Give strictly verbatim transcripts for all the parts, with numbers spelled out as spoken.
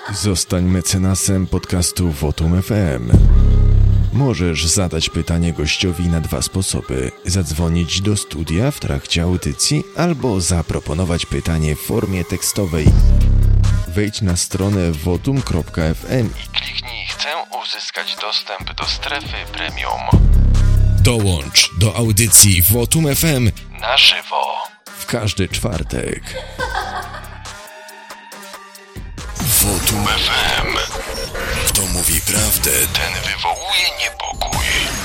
Zostań mecenasem podcastu Votum F M. Możesz zadać pytanie gościowi na dwa sposoby. Zadzwonić do studia w trakcie audycji albo zaproponować pytanie w formie tekstowej. Wejdź na stronę votum kropka f m i kliknij Chcę uzyskać dostęp do strefy premium. Dołącz do audycji Votum F M na żywo w każdy czwartek. Votum F M. Kto mówi prawdę, ten wywołuje niepokój.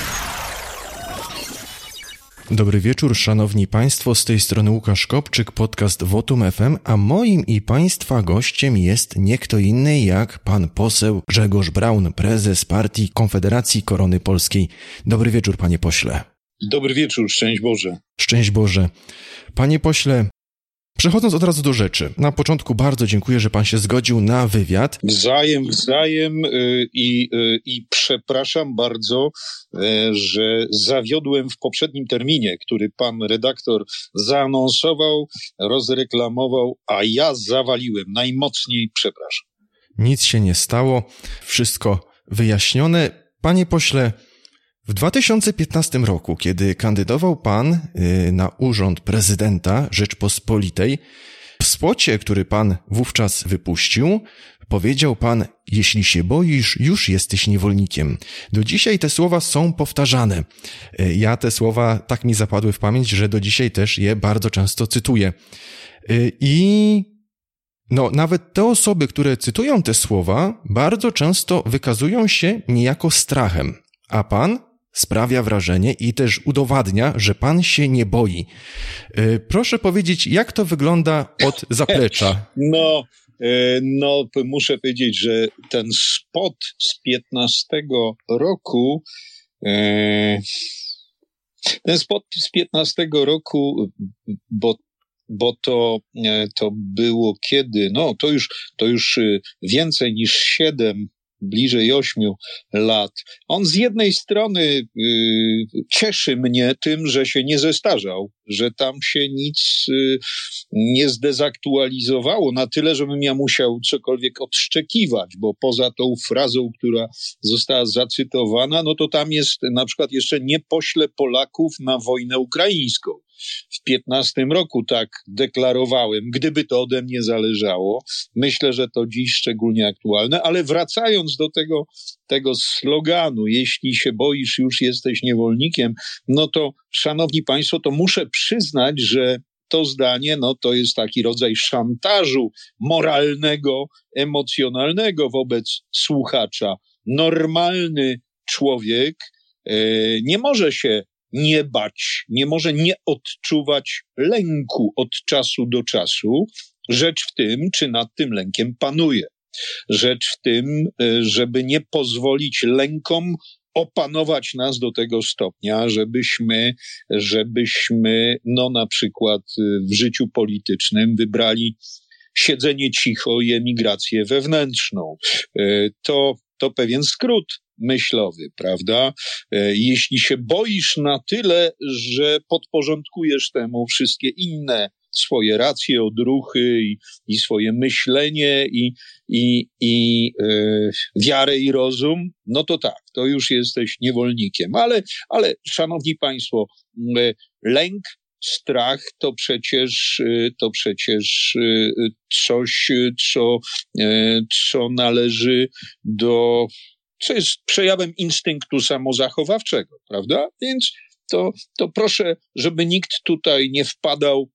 Dobry wieczór, szanowni państwo, z tej strony Łukasz Kopczyk, podcast Votum F M, a moim i państwa gościem jest nie kto inny jak pan poseł Grzegorz Braun, prezes partii Konfederacji Korony Polskiej. Dobry wieczór, panie pośle. Dobry wieczór, szczęść Boże. Szczęść Boże. Panie pośle, przechodząc od razu do rzeczy, na początku bardzo dziękuję, że pan się zgodził na wywiad. Wzajem, wzajem yy, i, yy, i przepraszam bardzo, yy, że zawiodłem w poprzednim terminie, który pan redaktor zaanonsował, rozreklamował, a ja zawaliłem. Najmocniej przepraszam. Nic się nie stało, wszystko wyjaśnione. Panie pośle, w dwa tysiące piętnastym roku, kiedy kandydował pan yy, na urząd prezydenta Rzeczpospolitej, w spocie, który pan wówczas wypuścił, powiedział pan: jeśli się boisz, już jesteś niewolnikiem. Do dzisiaj te słowa są powtarzane. Yy, ja te słowa tak mi zapadły w pamięć, że do dzisiaj też je bardzo często cytuję. Yy, I no, nawet te osoby, które cytują te słowa, bardzo często wykazują się niejako strachem. A pan sprawia wrażenie i też udowadnia, że pan się nie boi. Yy, proszę powiedzieć, jak to wygląda od zaplecza? No, yy, no, muszę powiedzieć, że ten spot z piętnastego roku, yy, ten spot z piętnastego roku, bo bo to, to było kiedy? No, to już, to już więcej niż siedem, bliżej ośmiu lat. On z jednej strony y, cieszy mnie tym, że się nie zestarzał, że tam się nic y, nie zdezaktualizowało na tyle, żebym ja musiał cokolwiek odszczekiwać, bo poza tą frazą, która została zacytowana, no to tam jest na przykład jeszcze nie poślę Polaków na wojnę ukraińską. W piętnastym roku tak deklarowałem, gdyby to ode mnie zależało. Myślę, że to dziś szczególnie aktualne, ale wracając do tego, tego sloganu, jeśli się boisz, już jesteś niewolnikiem, no to, szanowni państwo, to muszę przyznać, że to zdanie, no to jest taki rodzaj szantażu moralnego, emocjonalnego wobec słuchacza. Normalny człowiek e, nie może się nie bać, nie może nie odczuwać lęku od czasu do czasu. Rzecz w tym, czy nad tym lękiem panuje. Rzecz w tym, żeby nie pozwolić lękom opanować nas do tego stopnia, żebyśmy, żebyśmy, no na przykład w życiu politycznym wybrali siedzenie cicho i emigrację wewnętrzną. To, to pewien skrót myślowy, prawda? Jeśli się boisz na tyle, że podporządkujesz temu wszystkie inne swoje racje, odruchy i, i swoje myślenie i, i, i e, wiarę i rozum, no to tak, to już jesteś niewolnikiem. Ale, ale szanowni państwo, e, lęk, strach to przecież, to przecież coś, co, co należy do, co jest przejawem instynktu samozachowawczego, prawda? Więc to, to proszę, żeby nikt tutaj nie wpadał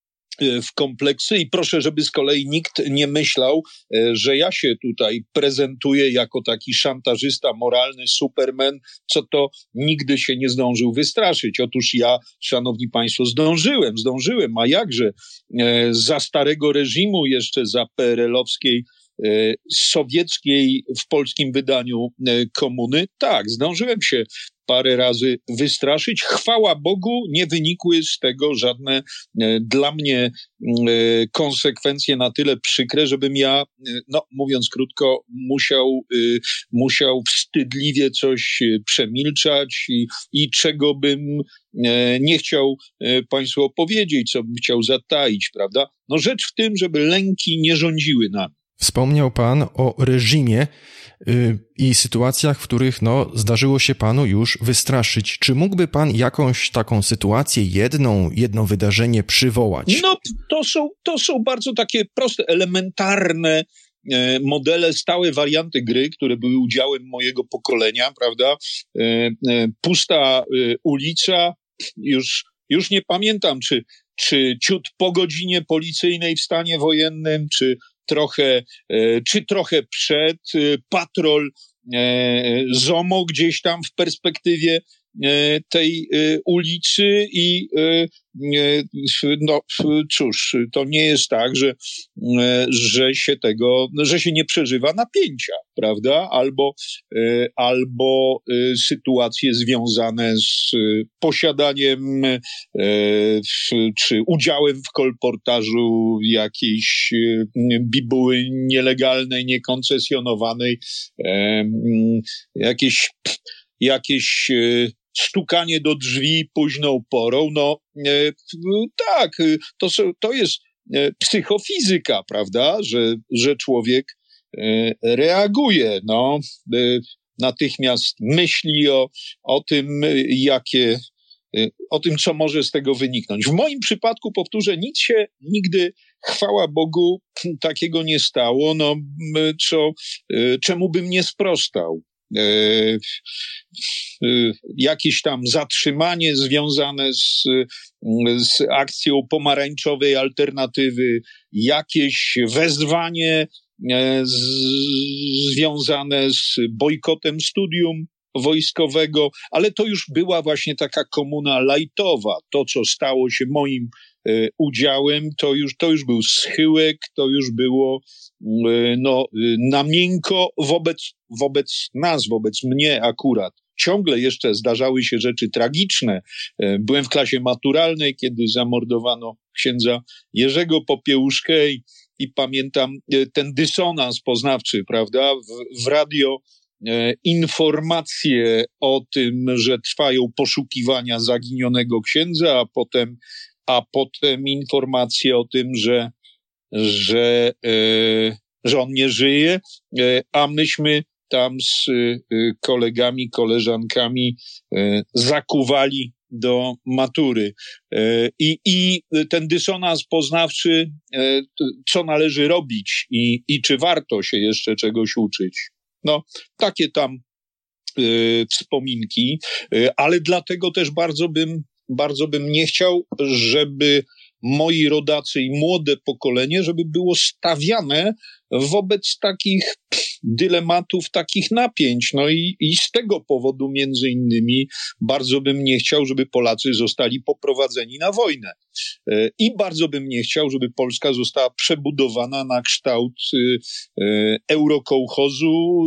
w kompleksy i proszę, żeby z kolei nikt nie myślał, że ja się tutaj prezentuję jako taki szantażysta moralny, superman, co to nigdy się nie zdążył wystraszyć. Otóż ja, szanowni państwo, zdążyłem, zdążyłem, a jakże za starego reżimu, jeszcze za P R L-owskiej, sowieckiej w polskim wydaniu komuny, tak, zdążyłem się parę razy wystraszyć. Chwała Bogu, nie wynikły z tego żadne e, dla mnie e, konsekwencje na tyle przykre, żebym ja, e, no mówiąc krótko, musiał, e, musiał wstydliwie coś przemilczać i, i czego bym e, nie chciał e, państwu opowiedzieć, co bym chciał zataić, prawda? No rzecz w tym, żeby lęki nie rządziły nami. Wspomniał pan o reżimie yy, i sytuacjach, w których no, zdarzyło się panu już wystraszyć. Czy mógłby pan jakąś taką sytuację, jedną, jedno wydarzenie przywołać? No, to są, to są bardzo takie proste, elementarne e, modele, stałe warianty gry, które były udziałem mojego pokolenia, prawda? E, e, pusta e, ulica, już, już nie pamiętam, czy, czy ciut po godzinie policyjnej w stanie wojennym, czy trochę, e, czy trochę przed, e, patrol e, ZOMO gdzieś tam w perspektywie e, tej e, ulicy i e, no cóż, to nie jest tak, że, że się tego, że się nie przeżywa napięcia, prawda? Albo, albo sytuacje związane z posiadaniem czy udziałem w kolportażu jakiejś bibuły nielegalnej, niekoncesjonowanej, jakieś, jakieś stukanie do drzwi późną porą, no e, tak, to, to jest e, psychofizyka, prawda, że, że człowiek e, reaguje, no, e, natychmiast myśli o, o tym, jakie, e, o tym, co może z tego wyniknąć. W moim przypadku, powtórzę, nic się nigdy, chwała Bogu, takiego nie stało, no, co, e, czemu bym nie sprostał. E, jakieś tam zatrzymanie związane z, z akcją pomarańczowej alternatywy, jakieś wezwanie z, związane z bojkotem studium wojskowego, ale to już była właśnie taka komuna lajtowa. To, co stało się moim e, udziałem, to już, to już był schyłek, to już było e, no, na miękko wobec, wobec nas, wobec mnie akurat. Ciągle jeszcze zdarzały się rzeczy tragiczne. E, byłem w klasie maturalnej, kiedy zamordowano księdza Jerzego Popiełuszkę i, i pamiętam e, ten dysonans poznawczy, prawda, w, w radio informacje o tym, że trwają poszukiwania zaginionego księdza, a potem, a potem informacje o tym, że, że, e, że on nie żyje, e, a myśmy tam z e, kolegami, koleżankami e, zakuwali do matury. E, i, I ten dysonans poznawczy, e, co należy robić i, i czy warto się jeszcze czegoś uczyć. No, takie tam y, wspominki, y, ale dlatego też bardzo bym, bardzo bym nie chciał, żeby moi rodacy i młode pokolenie, żeby było stawiane wobec takich dylematów, takich napięć. No i, i z tego powodu między innymi bardzo bym nie chciał, żeby Polacy zostali poprowadzeni na wojnę. I bardzo bym nie chciał, żeby Polska została przebudowana na kształt eurokołchozu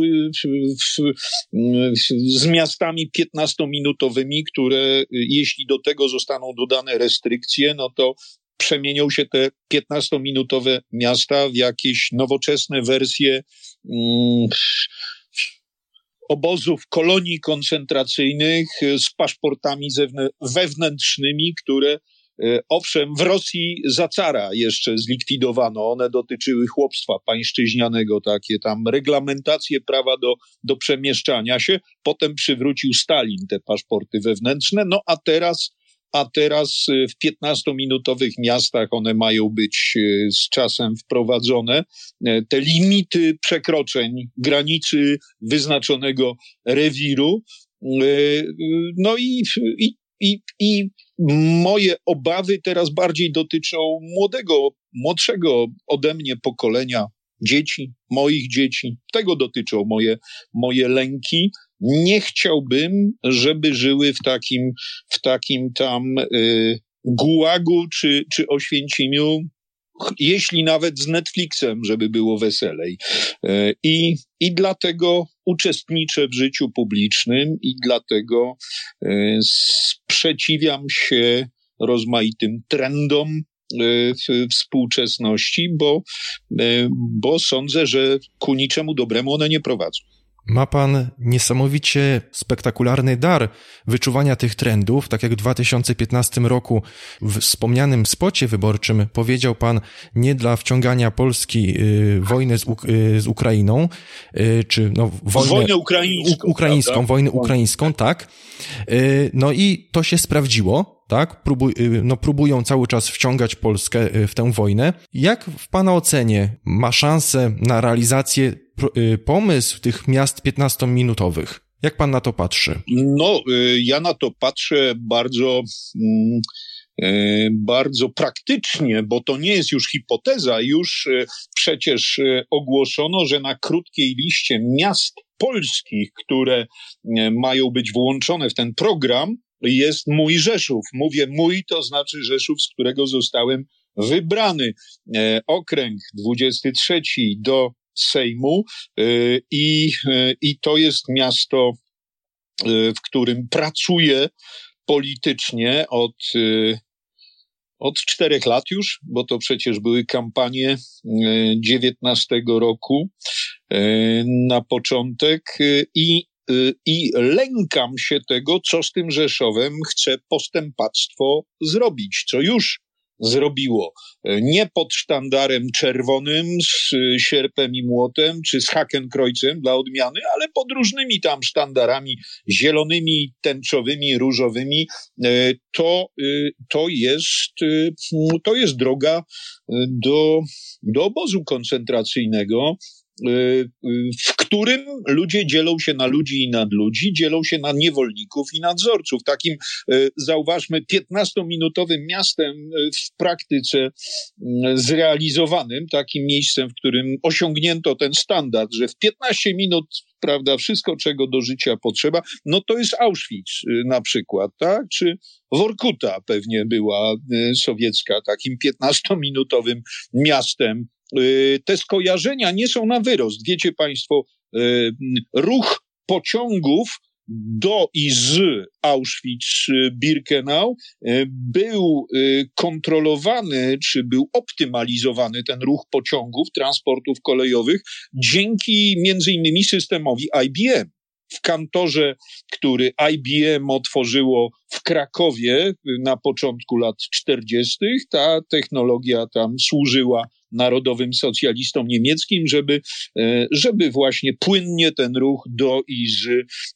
z miastami piętnastominutowymi, które jeśli do tego zostaną dodane restrykcje, no to przemienią się te piętnastominutowe miasta w jakieś nowoczesne wersje mm, obozów, kolonii koncentracyjnych z paszportami zewnę- wewnętrznymi, które e, owszem, w Rosji za cara jeszcze zlikwidowano. One dotyczyły chłopstwa pańszczyźnianego, takie tam reglamentacje prawa do, do przemieszczania się. Potem przywrócił Stalin te paszporty wewnętrzne, no a teraz A teraz w piętnastominutowych miastach one mają być z czasem wprowadzone. Te limity przekroczeń granicy wyznaczonego rewiru. No i, i, i, i moje obawy teraz bardziej dotyczą młodego, młodszego ode mnie pokolenia dzieci, moich dzieci. Tego dotyczą moje, moje lęki. Nie chciałbym, żeby żyły w takim, w takim tam y, gułagu czy, czy Oświęcimiu, jeśli nawet z Netflixem, żeby było weselej. Y, i, I dlatego uczestniczę w życiu publicznym i dlatego y, sprzeciwiam się rozmaitym trendom w współczesności, bo, bo sądzę, że ku niczemu dobremu one nie prowadzą. Ma pan niesamowicie spektakularny dar wyczuwania tych trendów. Tak jak w dwa tysiące piętnastym roku w wspomnianym spocie wyborczym powiedział pan nie dla wciągania Polski y, wojny z, Uk- y, z Ukrainą, y, czy no wojnę, wojnę ukraińską, u, ukraińską prawda? wojnę ukraińską, tak. Y, no i to się sprawdziło. Tak, Próbuj, no próbują cały czas wciągać Polskę w tę wojnę. Jak w pana ocenie ma szansę na realizację pomysł tych miast piętnastominutowych? Jak pan na to patrzy? No, ja na to patrzę bardzo, bardzo praktycznie, bo to nie jest już hipoteza. Już przecież ogłoszono, że na krótkiej liście miast polskich, które mają być włączone w ten program, jest mój Rzeszów. Mówię mój, to znaczy Rzeszów, z którego zostałem wybrany. E, okręg dwudziesty trzeci do Sejmu e, i, e, i to jest miasto, e, w którym pracuję politycznie od, e, od czterech lat już, bo to przecież były kampanie e, dziewiętnastego roku e, na początek e, i I lękam się tego, co z tym Rzeszowem chce postępactwo zrobić, co już zrobiło. Nie pod sztandarem czerwonym z sierpem i młotem, czy z Hakenkreuzem dla odmiany, ale pod różnymi tam sztandarami zielonymi, tęczowymi, różowymi. To, to jest, to jest droga do, do obozu koncentracyjnego, w którym ludzie dzielą się na ludzi i nadludzi, dzielą się na niewolników i nadzorców. Takim, zauważmy, piętnastominutowym miastem w praktyce zrealizowanym, takim miejscem, w którym osiągnięto ten standard, że w piętnaście minut, prawda, wszystko, czego do życia potrzeba, no to jest Auschwitz na przykład, tak? Czy Workuta pewnie była sowiecka, takim piętnastominutowym miastem. Te skojarzenia nie są na wyrost. Wiecie państwo, ruch pociągów do i z Auschwitz-Birkenau był kontrolowany, czy był optymalizowany ten ruch pociągów, transportów kolejowych dzięki między innymi systemowi I B M. W kantorze, który I B M otworzyło w Krakowie na początku lat czterdziestych, ta technologia tam służyła narodowym socjalistom niemieckim, żeby, żeby właśnie płynnie ten ruch do i z,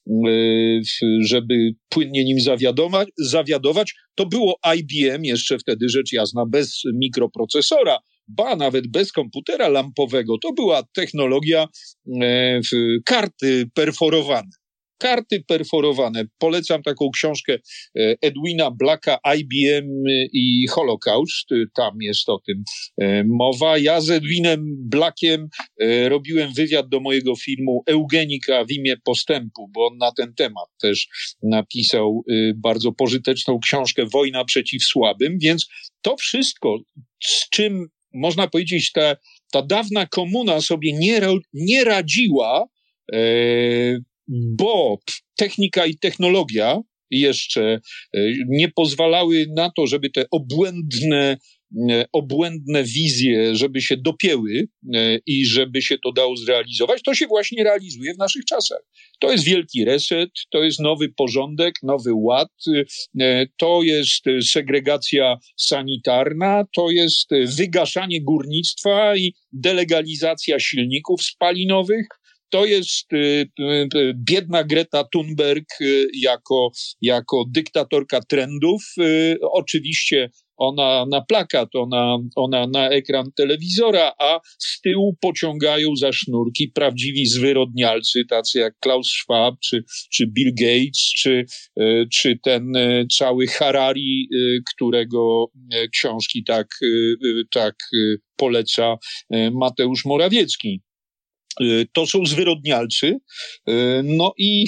żeby płynnie nim zawiadować, zawiadować. To było I B M, jeszcze wtedy rzecz jasna, bez mikroprocesora, ba nawet bez komputera lampowego. To była technologia e, karty perforowane. Karty perforowane. Polecam taką książkę Edwina Blacka, I B M i Holokaust. Tam jest o tym mowa. Ja z Edwinem Blackiem robiłem wywiad do mojego filmu Eugenika w imię postępu, bo on na ten temat też napisał bardzo pożyteczną książkę Wojna przeciw słabym, więc to wszystko, z czym można powiedzieć, ta, ta dawna komuna sobie nie, nie radziła, e, bo technika i technologia jeszcze nie pozwalały na to, żeby te obłędne, obłędne wizje, żeby się dopięły i żeby się to dało zrealizować. To się właśnie realizuje w naszych czasach. To jest wielki reset, to jest nowy porządek, nowy ład, to jest segregacja sanitarna, to jest wygaszanie górnictwa i delegalizacja silników spalinowych. To jest y, y, biedna Greta Thunberg y, jako, jako dyktatorka trendów. Y, oczywiście ona na plakat, ona, ona na ekran telewizora, a z tyłu pociągają za sznurki prawdziwi zwyrodnialcy, tacy jak Klaus Schwab, czy, czy Bill Gates, czy, y, czy ten y, cały Harari, y, którego y, książki tak, y, tak y, poleca y, Mateusz Morawiecki. To są zwyrodnialcy, no i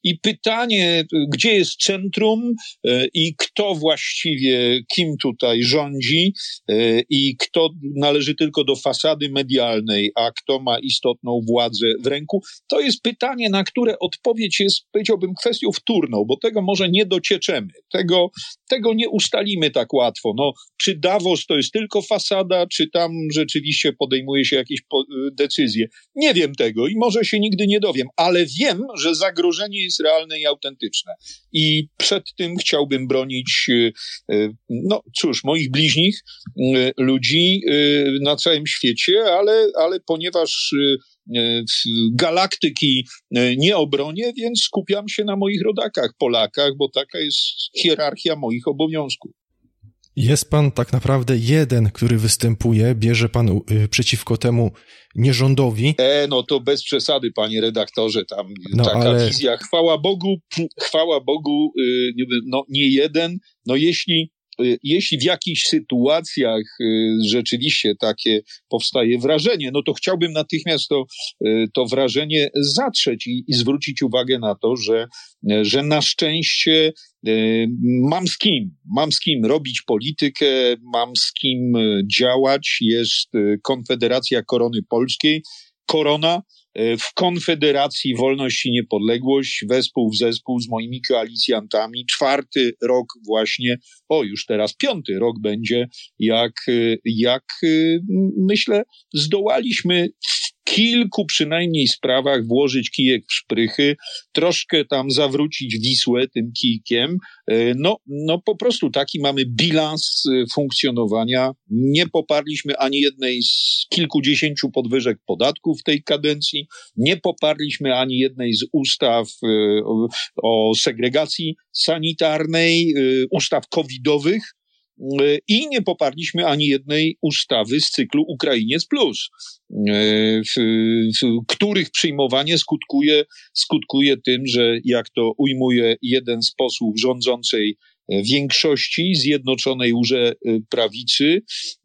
I pytanie, gdzie jest centrum i kto właściwie, kim tutaj rządzi i kto należy tylko do fasady medialnej, a kto ma istotną władzę w ręku, to jest pytanie, na które odpowiedź jest, powiedziałbym, kwestią wtórną, bo tego może nie docieczemy, tego, tego nie ustalimy tak łatwo. No, czy Davos to jest tylko fasada, czy tam rzeczywiście podejmuje się jakieś po- decyzje? Nie wiem tego i może się nigdy nie dowiem, ale wiem, że zagrożenie jest realne i autentyczne. I przed tym chciałbym bronić, no cóż, moich bliźnich, ludzi na całym świecie, ale, ale ponieważ galaktyki nie obronię, więc skupiam się na moich rodakach, Polakach, bo taka jest hierarchia moich obowiązków. Jest pan tak naprawdę jeden, który występuje, bierze pan y, przeciwko temu nierządowi. E, no to bez przesady, panie redaktorze, tam no, taka ale... wizja, chwała Bogu, chwała Bogu, y, no nie jeden, no jeśli Jeśli w jakichś sytuacjach y, rzeczywiście takie powstaje wrażenie, no to chciałbym natychmiast to, y, to wrażenie zatrzeć i, i zwrócić uwagę na to, że, że na szczęście y, mam z kim, mam z kim robić politykę, mam z kim działać. Jest y, Konfederacja Korony Polskiej, Korona, w Konfederacji Wolność i Niepodległość, wespół w zespół z moimi koalicjantami. Czwarty rok właśnie, o już teraz piąty rok będzie, jak, jak myślę, zdołaliśmy w kilku przynajmniej sprawach włożyć kijek w szprychy, troszkę tam zawrócić Wisłę tym kijkiem. No, no po prostu taki mamy bilans funkcjonowania. Nie poparliśmy ani jednej z kilkudziesięciu podwyżek podatków w tej kadencji, nie poparliśmy ani jednej z ustaw o, o segregacji sanitarnej, ustaw covidowych, i nie poparliśmy ani jednej ustawy z cyklu Ukrainiec Plus, w, w których przyjmowanie skutkuje, skutkuje tym, że jak to ujmuje jeden z posłów rządzącej większości Zjednoczonej Łże Prawicy,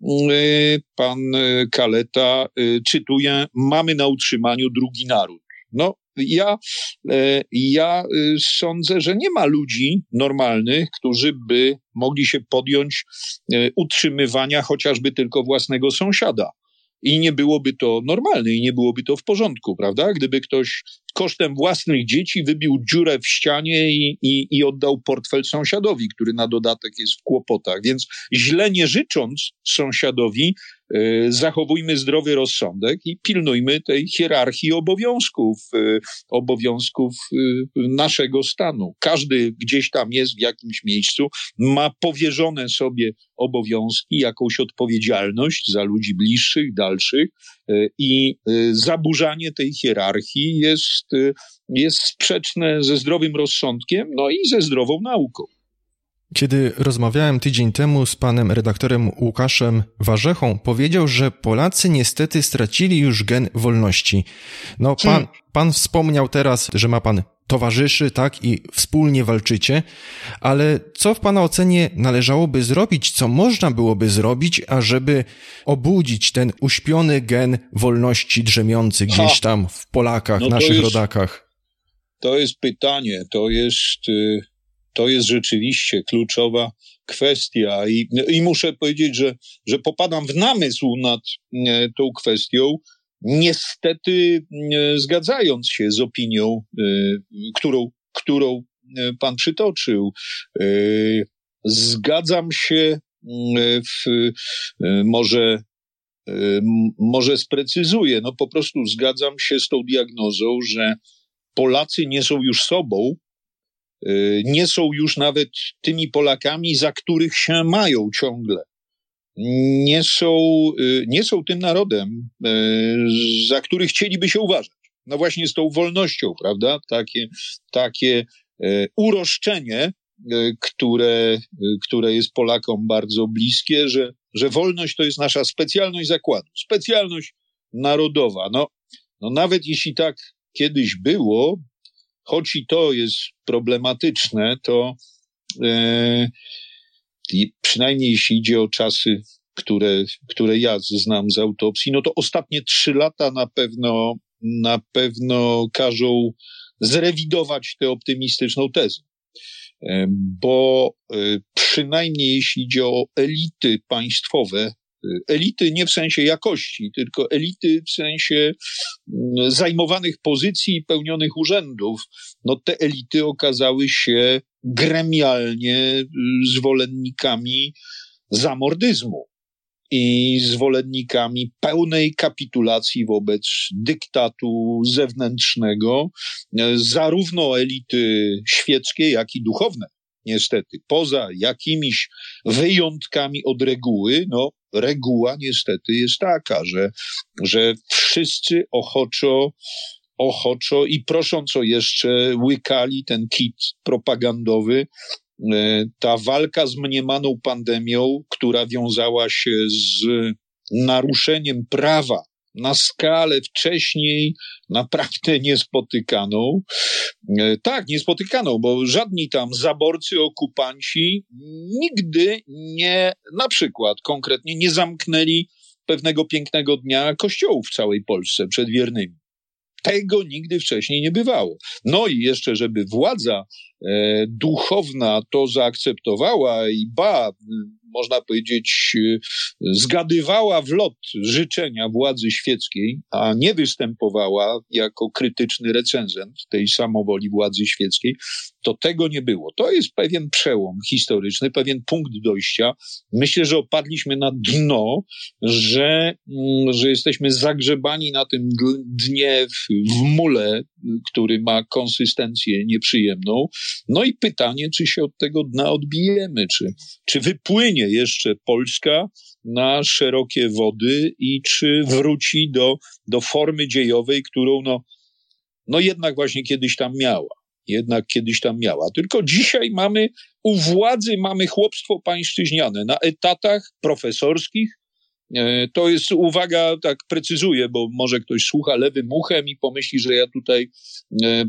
pan Kaleta, cytuję, mamy na utrzymaniu drugi naród. No, ja, ja sądzę, że nie ma ludzi normalnych, którzy by mogli się podjąć utrzymywania chociażby tylko własnego sąsiada. I nie byłoby to normalne i nie byłoby to w porządku, prawda? Gdyby ktoś kosztem własnych dzieci wybił dziurę w ścianie i, i, i oddał portfel sąsiadowi, który na dodatek jest w kłopotach. Więc źle nie życząc sąsiadowi, y, zachowujmy zdrowy rozsądek i pilnujmy tej hierarchii obowiązków, y, obowiązków y, naszego stanu. Każdy gdzieś tam jest w jakimś miejscu, ma powierzone sobie obowiązki, jakąś odpowiedzialność za ludzi bliższych, dalszych y, i y, zaburzanie tej hierarchii jest, y, jest sprzeczne ze zdrowym rozsądkiem, no i ze zdrową nauką. Kiedy rozmawiałem tydzień temu z panem redaktorem Łukaszem Warzechą, powiedział, że Polacy niestety stracili już gen wolności. No, pan, hmm. pan wspomniał teraz, że ma pan towarzyszy, tak, i wspólnie walczycie, ale co w pana ocenie należałoby zrobić, co można byłoby zrobić, ażeby obudzić ten uśpiony gen wolności drzemiący gdzieś ha. tam w Polakach, no naszych jest, rodakach? To jest pytanie, to jest... Y- To jest rzeczywiście kluczowa kwestia i, i muszę powiedzieć, że, że popadam w namysł nad e, tą kwestią, niestety e, zgadzając się z opinią, e, którą, którą e, pan przytoczył. E, zgadzam się e, w, e, może, e, może sprecyzuję, no po prostu zgadzam się z tą diagnozą, że Polacy nie są już sobą, nie są już nawet tymi Polakami, za których się mają ciągle. Nie są, nie są tym narodem, za który chcieliby się uważać. No właśnie z tą wolnością, prawda? Takie, takie uroszczenie, które, które jest Polakom bardzo bliskie, że, że wolność to jest nasza specjalność zakładu, specjalność narodowa. No, no nawet jeśli tak kiedyś było, choć i to jest problematyczne, to e, przynajmniej jeśli idzie o czasy, które, które ja znam z autopsji, no to ostatnie trzy lata na pewno, na pewno każą, zrewidować tę optymistyczną tezę. Bo przynajmniej jeśli idzie o elity państwowe, elity nie w sensie jakości, tylko elity w sensie zajmowanych pozycji i pełnionych urzędów, no te elity okazały się gremialnie zwolennikami zamordyzmu i zwolennikami pełnej kapitulacji wobec dyktatu zewnętrznego, zarówno elity świeckie, jak i duchowne. Niestety, poza jakimiś wyjątkami od reguły, no reguła niestety jest taka, że, że wszyscy ochoczo, ochoczo i prosząc o jeszcze łykali ten kit propagandowy. Ta walka z mniemaną pandemią, która wiązała się z naruszeniem prawa na skalę wcześniej naprawdę niespotykaną. Tak, niespotykaną, bo żadni tam zaborcy, okupanci nigdy nie, na przykład konkretnie nie zamknęli pewnego pięknego dnia kościołów w całej Polsce przed wiernymi. Tego nigdy wcześniej nie bywało. No i jeszcze, żeby władza e, duchowna to zaakceptowała i ba, można powiedzieć, e, zgadywała w lot życzenia władzy świeckiej, a nie występowała jako krytyczny recenzent tej samowoli władzy świeckiej, to tego nie było. To jest pewien przełom historyczny, pewien punkt dojścia. Myślę, że opadliśmy na dno, że, że jesteśmy zagrzebani na tym dnie w, w mule, który ma konsystencję nieprzyjemną. No i pytanie, czy się od tego dna odbijemy, czy, czy wypłynie jeszcze Polska na szerokie wody i czy wróci do, do formy dziejowej, którą no, no jednak właśnie kiedyś tam miała. Jednak kiedyś tam miała. Tylko dzisiaj mamy, u władzy mamy chłopstwo pańszczyźniane na etatach profesorskich. E, to jest, uwaga, tak precyzuję, bo może ktoś słucha lewym uchem i pomyśli, że ja tutaj e, e,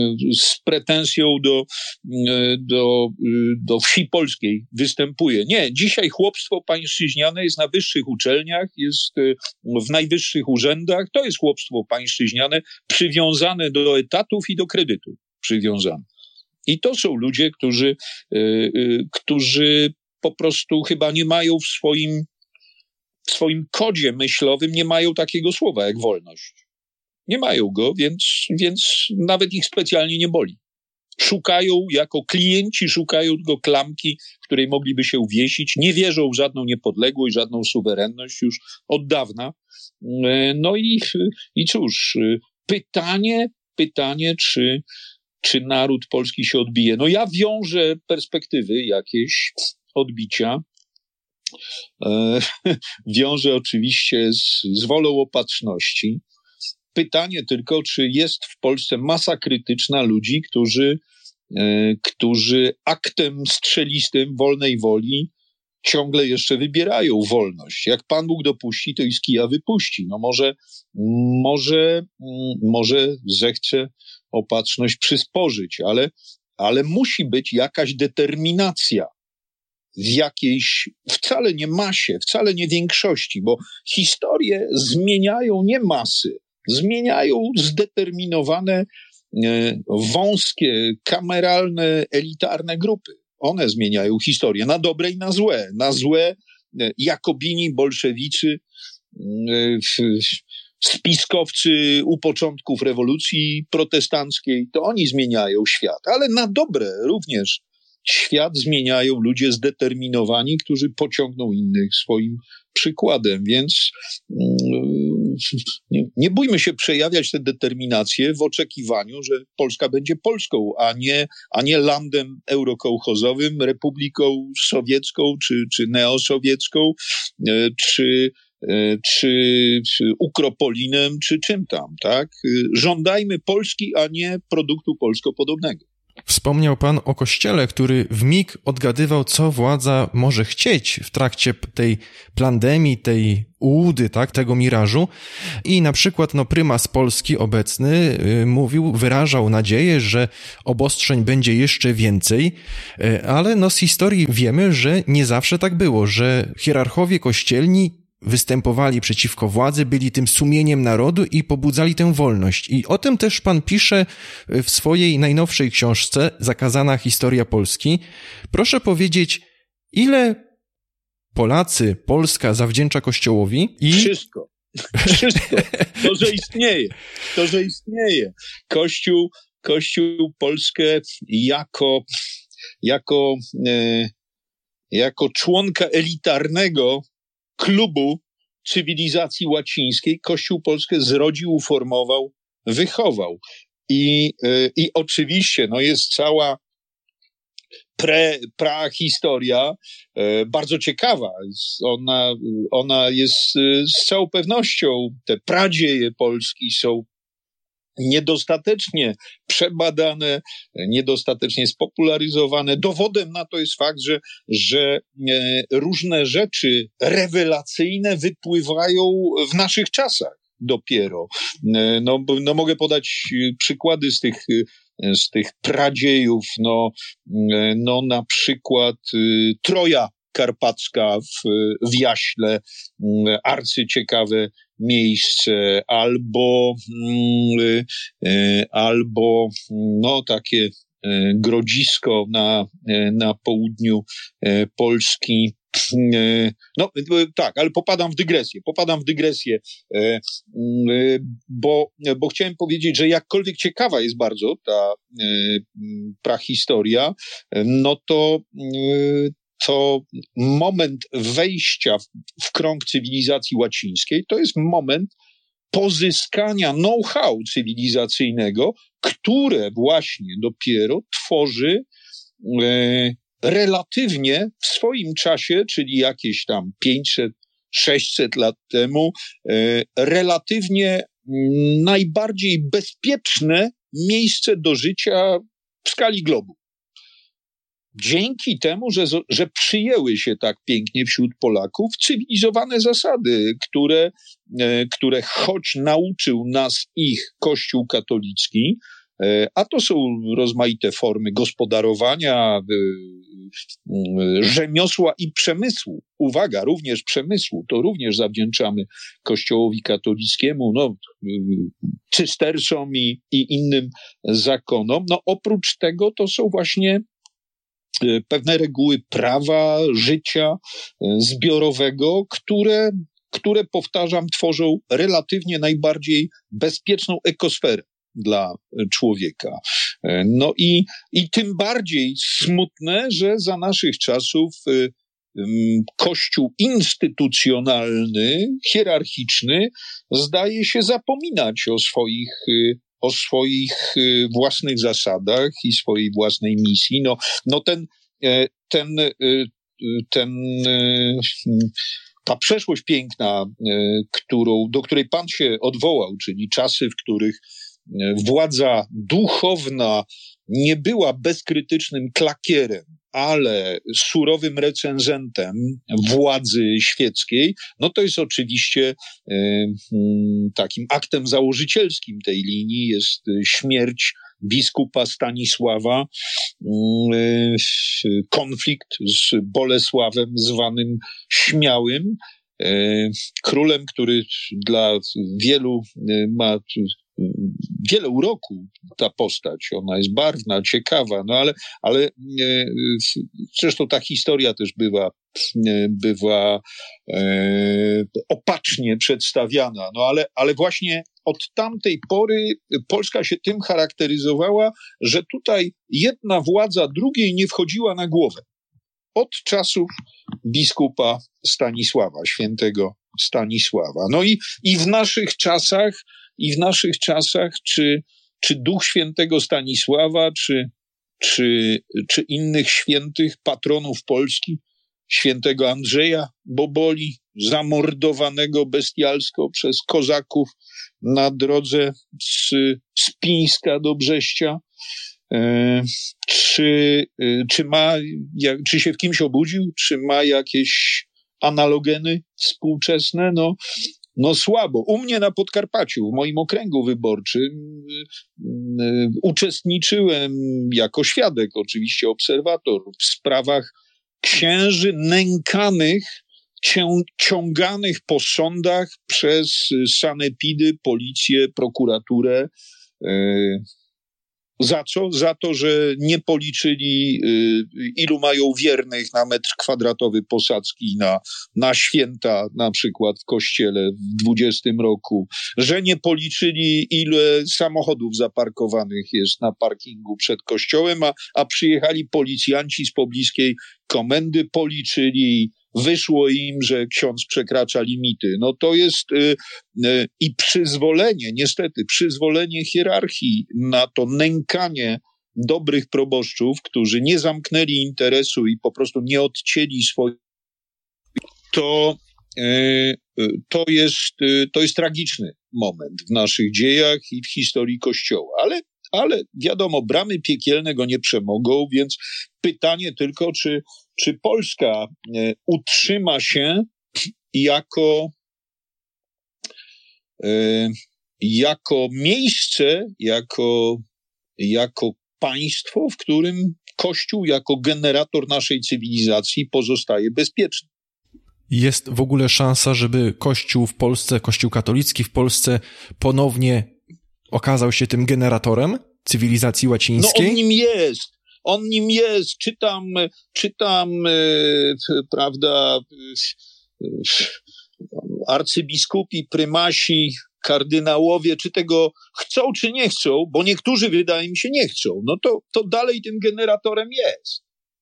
z pretensją do, e, do, do wsi polskiej występuję. Nie, dzisiaj chłopstwo pańszczyźniane jest na wyższych uczelniach, jest e, w najwyższych urzędach. To jest chłopstwo pańszczyźniane przywiązane do etatów i do kredytów. Przywiązane. I to są ludzie, którzy, y, y, którzy po prostu chyba nie mają w swoim, w swoim kodzie myślowym, nie mają takiego słowa jak wolność. Nie mają go, więc, więc nawet ich specjalnie nie boli. Szukają, jako klienci szukają tylko klamki, której mogliby się uwiesić. Nie wierzą w żadną niepodległość, żadną suwerenność już od dawna. No i, i cóż, pytanie, pytanie, czy Czy naród polski się odbije? No ja wiążę perspektywy jakieś odbicia. E, wiążę oczywiście z, z wolą opatrzności. Pytanie tylko, czy jest w Polsce masa krytyczna ludzi, którzy, e, którzy aktem strzelistym wolnej woli ciągle jeszcze wybierają wolność. Jak Pan Bóg dopuści, to i z kija wypuści. No może, może, może zechce opatrzność przysporzyć, ale, ale musi być jakaś determinacja w jakiejś, wcale nie masie, wcale nie większości, bo historię zmieniają nie masy, zmieniają zdeterminowane, e, wąskie, kameralne, elitarne grupy. One zmieniają historię na dobre i na złe. Na złe e, Jakobini, bolszewicy, e, w, spiskowcy u początków rewolucji protestanckiej, to oni zmieniają świat, ale na dobre również świat zmieniają ludzie zdeterminowani, którzy pociągną innych swoim przykładem, więc nie, nie bójmy się przejawiać tę determinację w oczekiwaniu, że Polska będzie Polską, a nie, a nie landem eurokołchozowym, republiką sowiecką, czy, czy neosowiecką, czy czy, czy ukropolinem, czy czym tam, tak? Żądajmy Polski, a nie produktu polsko-podobnego. Wspomniał pan o Kościele, który wmig odgadywał, co władza może chcieć w trakcie tej pandemii, tej ułudy, tak, tego mirażu. I na przykład no, prymas Polski obecny yy, mówił, wyrażał nadzieję, że obostrzeń będzie jeszcze więcej, yy, ale no, z historii wiemy, że nie zawsze tak było, że hierarchowie kościelni występowali przeciwko władzy, byli tym sumieniem narodu i pobudzali tę wolność. I o tym też pan pisze w swojej najnowszej książce Zakazana historia Polski. Proszę powiedzieć, ile Polacy, Polska zawdzięcza Kościołowi i... Wszystko. Wszystko. To, że istnieje. To, że istnieje. Kościół, Kościół Polskę jako, jako, e, jako członka elitarnego klubu cywilizacji łacińskiej, Kościół Polskę zrodził, uformował, wychował. I, e, i oczywiście no jest cała pre, prahistoria, e, bardzo ciekawa. Ona, ona jest e, z całą pewnością, te pradzieje Polski są niedostatecznie przebadane, niedostatecznie spopularyzowane. Dowodem na to jest fakt, że, że e, różne rzeczy rewelacyjne wypływają w naszych czasach dopiero. E, no, no mogę podać przykłady z tych z tych pradziejów, no, no na przykład y, Troja Karpacka w, w Jaśle, y, arcyciekawe miejsce, albo, y, y, albo no takie y, Grodzisko na, y, na południu y, Polski. No tak, ale popadam w dygresję, popadam w dygresję, bo, bo chciałem powiedzieć, że jakkolwiek ciekawa jest bardzo ta prahistoria, no to, to moment wejścia w, w krąg cywilizacji łacińskiej to jest moment pozyskania know-how cywilizacyjnego, które właśnie dopiero tworzy relatywnie w swoim czasie, czyli jakieś tam pięćset sześćset lat temu, relatywnie najbardziej bezpieczne miejsce do życia w skali globu. Dzięki temu, że, że przyjęły się tak pięknie wśród Polaków cywilizowane zasady, które, które choć nauczył nas ich Kościół katolicki, a to są rozmaite formy gospodarowania, rzemiosła i przemysłu. Uwaga, również przemysłu. To również zawdzięczamy Kościołowi katolickiemu, no, cystersom i, i innym zakonom. No, oprócz tego to są właśnie pewne reguły prawa, życia zbiorowego, które, które powtarzam, tworzą relatywnie najbardziej bezpieczną ekosferę dla człowieka. No i, i tym bardziej smutne, że za naszych czasów y, y, Kościół instytucjonalny, hierarchiczny zdaje się zapominać o swoich, y, o swoich y, własnych zasadach i swojej własnej misji. No, no ten, y, ten, y, ten y, ta przeszłość piękna, y, którą, do której Pan się odwołał, czyli czasy, w których władza duchowna nie była bezkrytycznym klakierem, ale surowym recenzentem władzy świeckiej, no to jest oczywiście y, y, takim aktem założycielskim tej linii jest śmierć biskupa Stanisława, y, konflikt z Bolesławem zwanym Śmiałym, y, królem, który dla wielu y, ma wiele uroku ta postać, ona jest barwna, ciekawa, no ale, ale e, zresztą ta historia też bywa, e, bywa e, opacznie przedstawiana, no ale, ale właśnie od tamtej pory Polska się tym charakteryzowała, że tutaj jedna władza drugiej nie wchodziła na głowę. Od czasów biskupa Stanisława, świętego Stanisława. No i, i w naszych czasach I w naszych czasach, czy, czy duch świętego Stanisława, czy, czy, czy innych świętych patronów Polski, świętego Andrzeja Boboli, zamordowanego bestialsko przez kozaków na drodze z, z Pińska do Brześcia, e, czy, czy ma, jak, czy się w kimś obudził, czy ma jakieś analogeny współczesne? No, No słabo. U mnie na Podkarpaciu, w moim okręgu wyborczym, y, y, uczestniczyłem jako świadek, oczywiście obserwator, w sprawach księży nękanych cią- ciąganych po sądach przez sanepidy, policję, prokuraturę. Yy, Za co? Za to, że nie policzyli, y, ilu mają wiernych na metr kwadratowy posadzki na, na święta, na przykład w kościele w dwudziestym roku, że nie policzyli, ile samochodów zaparkowanych jest na parkingu przed kościołem, a, a przyjechali policjanci z pobliskiej komendy, policzyli, wyszło im, że ksiądz przekracza limity. No to jest y, y, i przyzwolenie, niestety, przyzwolenie hierarchii na to nękanie dobrych proboszczów, którzy nie zamknęli interesu i po prostu nie odcięli swoich, to, y, y, to, jest, y, to jest tragiczny moment w naszych dziejach i w historii Kościoła. Ale Ale wiadomo, bramy piekielne go nie przemogą, więc pytanie tylko, czy, czy Polska e, utrzyma się jako, e, jako miejsce, jako, jako państwo, w którym Kościół jako generator naszej cywilizacji pozostaje bezpieczny. Jest w ogóle szansa, żeby Kościół w Polsce, Kościół katolicki w Polsce ponownie okazał się tym generatorem cywilizacji łacińskiej? No on nim jest. On nim jest. Czytam, czytam, e, prawda, e, arcybiskupi, prymasi, kardynałowie, czy tego chcą, czy nie chcą, bo niektórzy, wydaje mi się, nie chcą. No to, to dalej tym generatorem jest.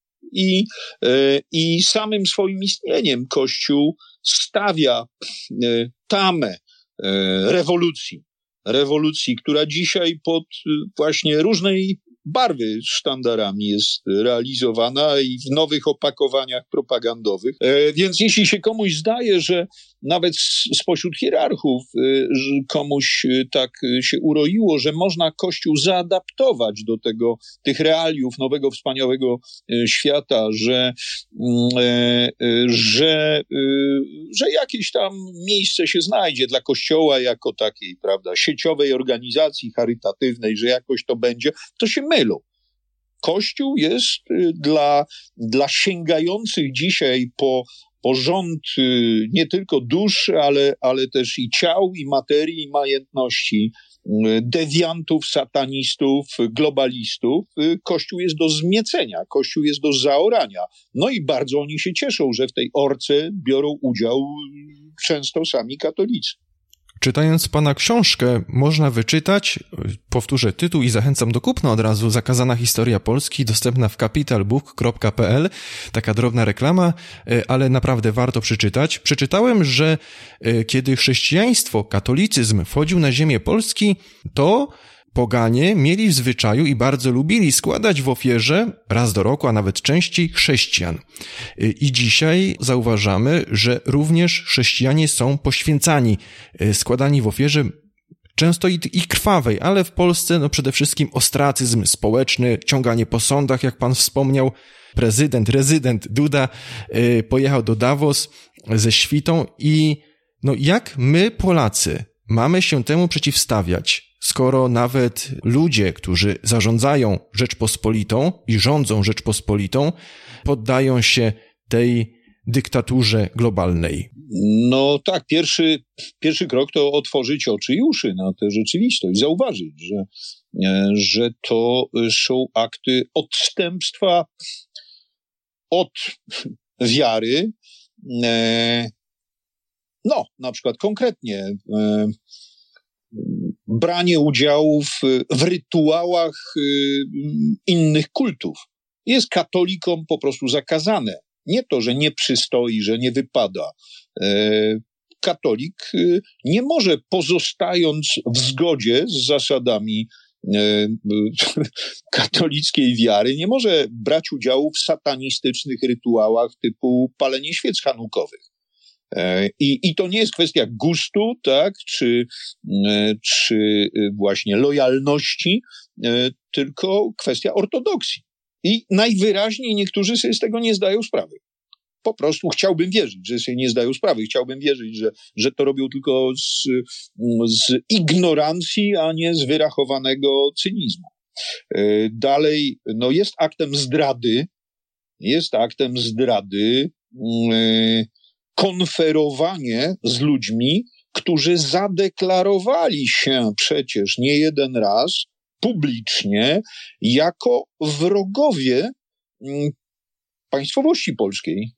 I, e, i samym swoim istnieniem Kościół stawia e, tamę e, rewolucji. Rewolucji, która dzisiaj pod właśnie różnej barwy sztandarami jest realizowana i w nowych opakowaniach propagandowych. E, więc jeśli się komuś zdaje, że nawet spośród hierarchów e, że komuś tak się uroiło, że można Kościół zaadaptować do tego, tych realiów nowego, wspaniałego e, świata, że, e, e, że, e, że jakieś tam miejsce się znajdzie dla Kościoła jako takiej, prawda, sieciowej organizacji charytatywnej, że jakoś to będzie, to się mylą. Kościół jest y, dla, dla sięgających dzisiaj po, po rząd y, nie tylko dusz, ale, ale też i ciał, i materii, i majętności, y, dewiantów, satanistów, globalistów. Y, Kościół jest do zmiecenia, Kościół jest do zaorania. No i bardzo oni się cieszą, że w tej orce biorą udział y, często sami katolicy. Czytając pana książkę, można wyczytać, powtórzę tytuł i zachęcam do kupna od razu, Zakazana historia Polski, dostępna w capital book kropka p l, taka drobna reklama, ale naprawdę warto przeczytać. Przeczytałem, że kiedy chrześcijaństwo, katolicyzm wchodził na ziemię Polski, to poganie mieli w zwyczaju i bardzo lubili składać w ofierze raz do roku, a nawet częściej, chrześcijan. I dzisiaj zauważamy, że również chrześcijanie są poświęcani, składani w ofierze często i, i krwawej, ale w Polsce no przede wszystkim ostracyzm społeczny, ciąganie po sądach, jak pan wspomniał. Prezydent, rezydent Duda y, pojechał do Davos ze świtą i no jak my, Polacy, mamy się temu przeciwstawiać, skoro nawet ludzie, którzy zarządzają Rzeczpospolitą i rządzą Rzeczpospolitą, poddają się tej dyktaturze globalnej? No tak, pierwszy, pierwszy krok to otworzyć oczy i uszy na tę rzeczywistość, zauważyć, że, że to są akty odstępstwa od wiary. No, na przykład konkretnie branie udziału w, w rytuałach innych kultów jest katolikom po prostu zakazane. Nie to, że nie przystoi, że nie wypada. Katolik nie może, pozostając w zgodzie z zasadami katolickiej wiary, nie może brać udziału w satanistycznych rytuałach typu palenie świec hanukowych. I, I to nie jest kwestia gustu, tak, czy, czy właśnie lojalności, tylko kwestia ortodoksji. I najwyraźniej niektórzy sobie z tego nie zdają sprawy. Po prostu chciałbym wierzyć, że sobie nie zdają sprawy. Chciałbym wierzyć, że, że to robią tylko z, z ignorancji, a nie z wyrachowanego cynizmu. Dalej, no jest aktem zdrady, jest aktem zdrady konferowanie z ludźmi, którzy zadeklarowali się przecież nie jeden raz publicznie jako wrogowie państwowości polskiej,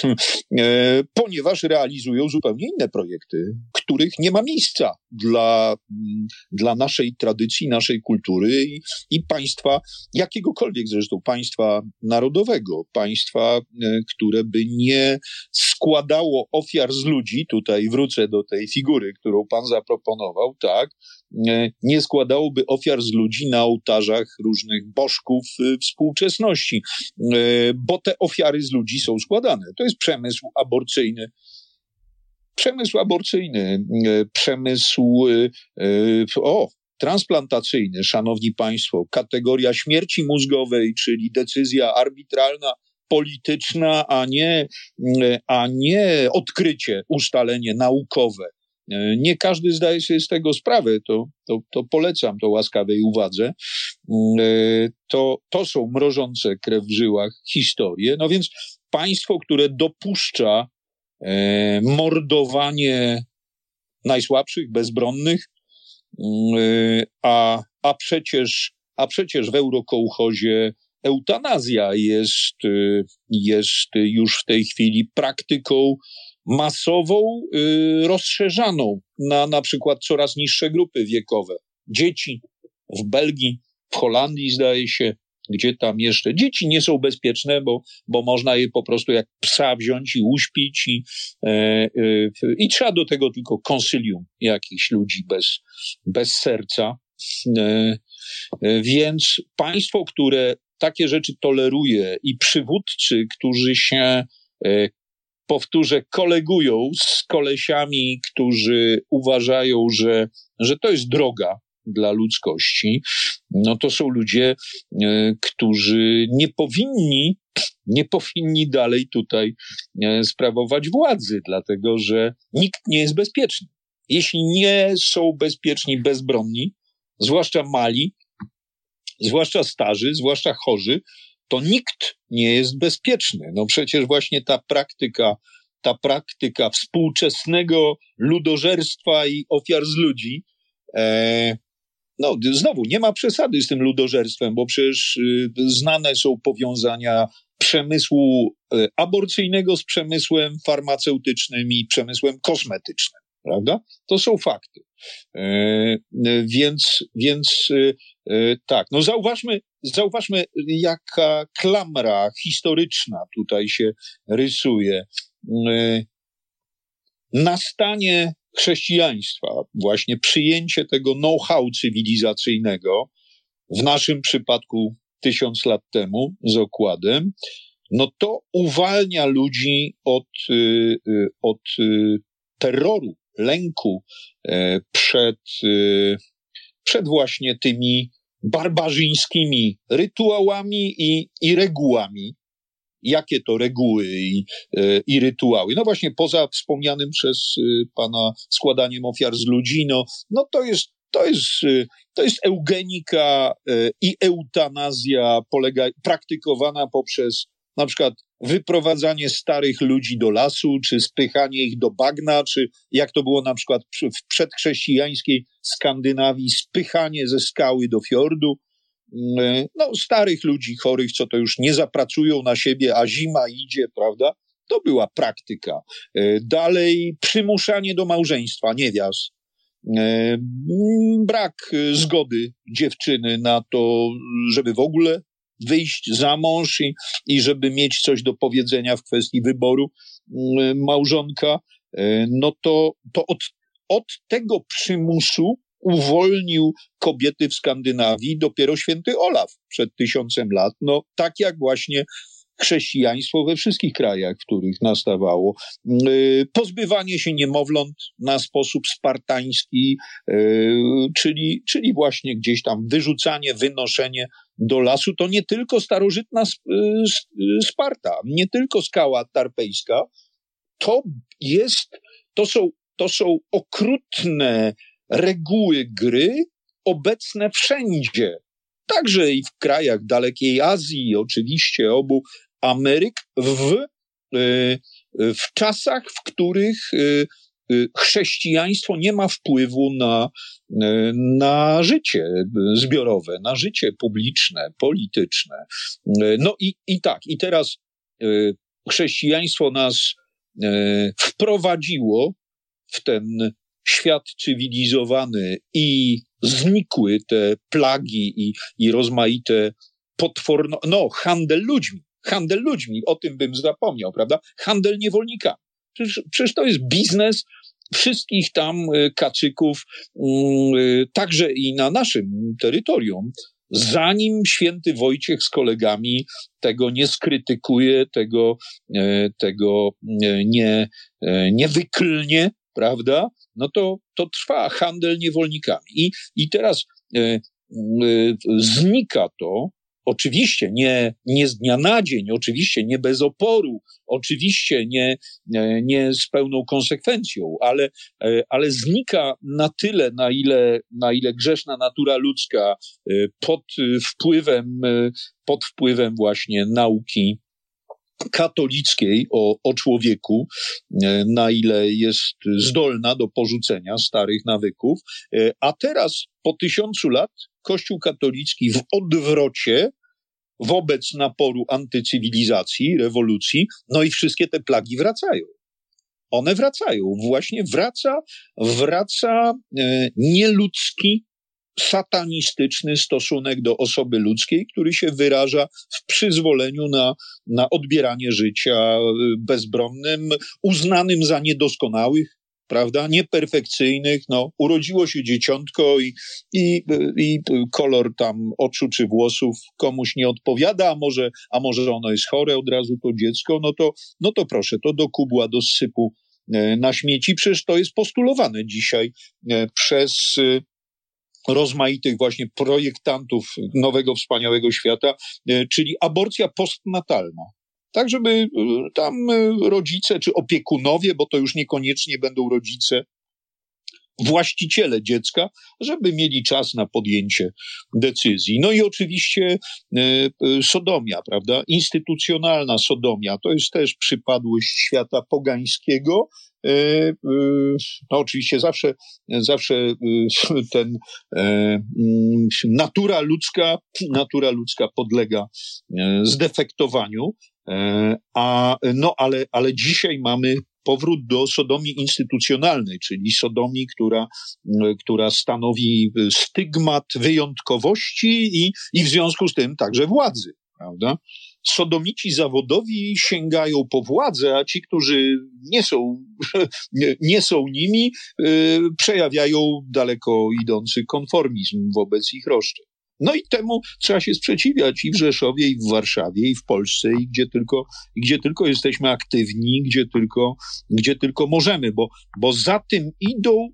ponieważ realizują zupełnie inne projekty, których nie ma miejsca dla, dla naszej tradycji, naszej kultury i, i państwa, jakiegokolwiek zresztą państwa narodowego, państwa, które by nie składało ofiar z ludzi, tutaj wrócę do tej figury, którą pan zaproponował, tak, nie składałoby ofiar z ludzi na ołtarzach różnych bożków współczesności, bo te ofiary z ludzi są składane. To jest przemysł aborcyjny. Przemysł aborcyjny, przemysł o, transplantacyjny, szanowni państwo, kategoria śmierci mózgowej, czyli decyzja arbitralna, polityczna, a nie, a nie odkrycie, ustalenie naukowe. Nie każdy zdaje sobie z tego sprawę, to, to, to polecam to łaskawej uwadze. To, to są mrożące krew w żyłach historie. No więc państwo, które dopuszcza e, mordowanie najsłabszych, bezbronnych, e, a, a, przecież, a przecież w eurokołchozie eutanazja jest, jest już w tej chwili praktyką masową, y, rozszerzaną na na przykład coraz niższe grupy wiekowe. Dzieci w Belgii, w Holandii zdaje się, gdzie tam jeszcze. Dzieci nie są bezpieczne, bo, bo można je po prostu jak psa wziąć i uśpić i, e, e, i trzeba do tego tylko konsylium jakichś ludzi bez, bez serca. E, e, więc państwo, które takie rzeczy toleruje i przywódcy, którzy się e, powtórzę, kolegują z kolesiami, którzy uważają, że, że to jest droga dla ludzkości, no to są ludzie, e, którzy nie powinni, nie powinni dalej tutaj e, sprawować władzy, dlatego że nikt nie jest bezpieczny. Jeśli nie są bezpieczni bezbronni, zwłaszcza mali, zwłaszcza starzy, zwłaszcza chorzy, to nikt nie jest bezpieczny. No przecież właśnie ta praktyka, ta praktyka współczesnego ludożerstwa i ofiar z ludzi, e, no znowu nie ma przesady z tym ludożerstwem, bo przecież y, znane są powiązania przemysłu y, aborcyjnego z przemysłem farmaceutycznym i przemysłem kosmetycznym, prawda? To są fakty. E, więc, więc e, tak, no zauważmy, zauważmy, jaka klamra historyczna tutaj się rysuje. E, nastanie chrześcijaństwa, właśnie przyjęcie tego know-how cywilizacyjnego, w naszym przypadku tysiąc lat temu z okładem, no to uwalnia ludzi od, od terroru, lęku e, przed, e, przed właśnie tymi barbarzyńskimi rytuałami i, i regułami. Jakie to reguły i, e, i rytuały? No właśnie poza wspomnianym przez e, pana składaniem ofiar z ludzi, no, no to jest, to jest, e, to jest eugenika e, i eutanazja polega, praktykowana poprzez na przykład wyprowadzanie starych ludzi do lasu, czy spychanie ich do bagna, czy jak to było na przykład w przedchrześcijańskiej Skandynawii, spychanie ze skały do fiordu. No, starych ludzi chorych, co to już nie zapracują na siebie, a zima idzie, prawda? To była praktyka. Dalej przymuszanie do małżeństwa, niewiast. Brak zgody dziewczyny na to, żeby w ogóle wyjść za mąż i, i żeby mieć coś do powiedzenia w kwestii wyboru małżonka, no to, to od, od tego przymusu uwolnił kobiety w Skandynawii dopiero święty Olaf przed tysiącem lat. No tak jak właśnie chrześcijaństwo we wszystkich krajach, w których nastawało. Pozbywanie się niemowląt na sposób spartański, czyli, czyli właśnie gdzieś tam wyrzucanie, wynoszenie do lasu, to nie tylko starożytna Sparta, nie tylko skała tarpejska, to jest, to są, to są okrutne reguły gry obecne wszędzie. Także i w krajach dalekiej Azji, oczywiście obu Ameryk, w, w czasach, w których chrześcijaństwo nie ma wpływu na, na życie zbiorowe, na życie publiczne, polityczne. No i, i tak, i teraz chrześcijaństwo nas wprowadziło w ten świat cywilizowany i znikły te plagi i, i rozmaite potworno... No, handel ludźmi. Handel ludźmi, o tym bym zapomniał, prawda? Handel niewolnikami. Przecież, przecież to jest biznes wszystkich tam kacyków, także i na naszym terytorium. Zanim święty Wojciech z kolegami tego nie skrytykuje, tego, tego nie, nie wyklnie, prawda? No to, to trwa handel niewolnikami. I, i teraz e, e, znika to, oczywiście nie, nie z dnia na dzień, oczywiście nie bez oporu, oczywiście nie, nie, nie z pełną konsekwencją, ale, e, ale znika na tyle, na ile, na ile grzeszna natura ludzka e, pod wpływem, e, pod wpływem właśnie nauki katolickiej o, o człowieku, na ile jest zdolna do porzucenia starych nawyków, a teraz po tysiącu lat Kościół katolicki w odwrocie wobec naporu antycywilizacji, rewolucji, no i wszystkie te plagi wracają. One wracają. Właśnie wraca, wraca e, nieludzki, satanistyczny stosunek do osoby ludzkiej, który się wyraża w przyzwoleniu na, na odbieranie życia bezbronnym, uznanym za niedoskonałych, prawda, nieperfekcyjnych. No, urodziło się dzieciątko i, i, i kolor tam oczu czy włosów komuś nie odpowiada, a może, a może ono jest chore od razu, to dziecko, no to, no to proszę, to do kubła, do sypu na śmieci. Przecież to jest postulowane dzisiaj przez rozmaitych właśnie projektantów nowego, wspaniałego świata, czyli aborcja postnatalna. Tak, żeby tam rodzice czy opiekunowie, bo to już niekoniecznie będą rodzice, właściciele dziecka, żeby mieli czas na podjęcie decyzji. No i oczywiście e, sodomia, prawda? Instytucjonalna sodomia, to jest też przypadłość świata pogańskiego. E, e, no oczywiście zawsze, zawsze ten e, natura ludzka, natura ludzka podlega zdefektowaniu, e, a, no ale, ale dzisiaj mamy powrót do sodomii instytucjonalnej, czyli sodomii, która, która stanowi stygmat wyjątkowości i, i w związku z tym także władzy, prawda? Sodomici zawodowi sięgają po władzę, a ci, którzy nie są, nie, nie są nimi, yy, przejawiają daleko idący konformizm wobec ich roszczeń. No i temu trzeba się sprzeciwiać i w Rzeszowie, i w Warszawie, i w Polsce, i gdzie tylko, i gdzie tylko jesteśmy aktywni, gdzie tylko, gdzie tylko możemy, bo, bo za tym idą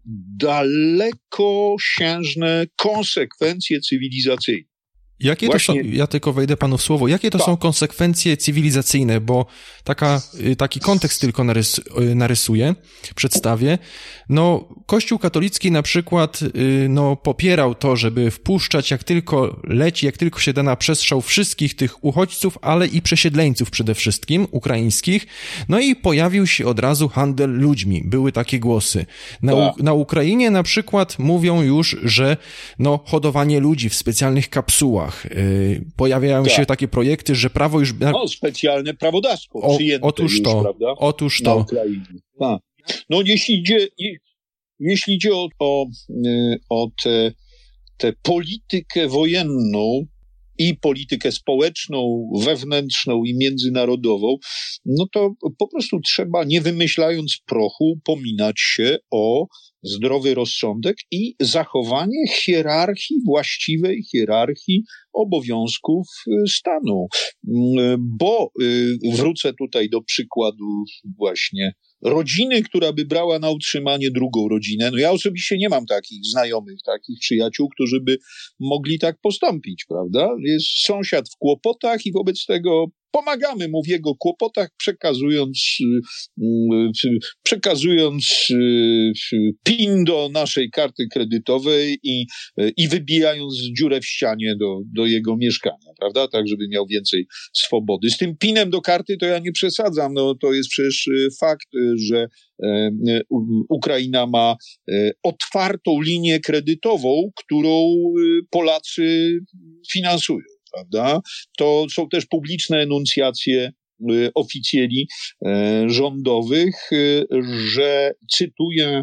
dalekosiężne konsekwencje cywilizacyjne. Jakie Właśnie... to są, ja tylko wejdę panu w słowo, jakie to tak. są konsekwencje cywilizacyjne, bo taka, taki kontekst tylko narys, narysuję, przedstawię. No, Kościół katolicki na przykład, no, popierał to, żeby wpuszczać jak tylko leci, jak tylko się da na przestrzał wszystkich tych uchodźców, ale i przesiedleńców przede wszystkim, ukraińskich. No i pojawił się od razu handel ludźmi. Były takie głosy. Na, tak. u, na Ukrainie na przykład mówią już, że no, hodowanie ludzi w specjalnych kapsułach. Pojawiają tak. się takie projekty, że prawo już... No, specjalne prawodawstwo o, przyjęte otóż już, to, prawda? Otóż to. Tak. No, jeśli idzie, jeśli idzie o, o, o tę te politykę wojenną i politykę społeczną, wewnętrzną i międzynarodową, no to po prostu trzeba, nie wymyślając prochu, pominać się o zdrowy rozsądek i zachowanie hierarchii, właściwej hierarchii obowiązków stanu. Bo wrócę tutaj do przykładu właśnie rodziny, która by brała na utrzymanie drugą rodzinę. No ja osobiście nie mam takich znajomych, takich przyjaciół, którzy by mogli tak postąpić, prawda? Jest sąsiad w kłopotach i wobec tego Pomagamy mu w jego kłopotach, przekazując, przekazując PIN do naszej karty kredytowej i, i wybijając dziurę w ścianie do, do jego mieszkania, prawda? Tak, żeby miał więcej swobody. Z tym PIN-em do karty to ja nie przesadzam. No, to jest przecież fakt, że Ukraina ma otwartą linię kredytową, którą Polacy finansują. Prawda? To są też publiczne enuncjacje oficjeli rządowych, że, cytuję,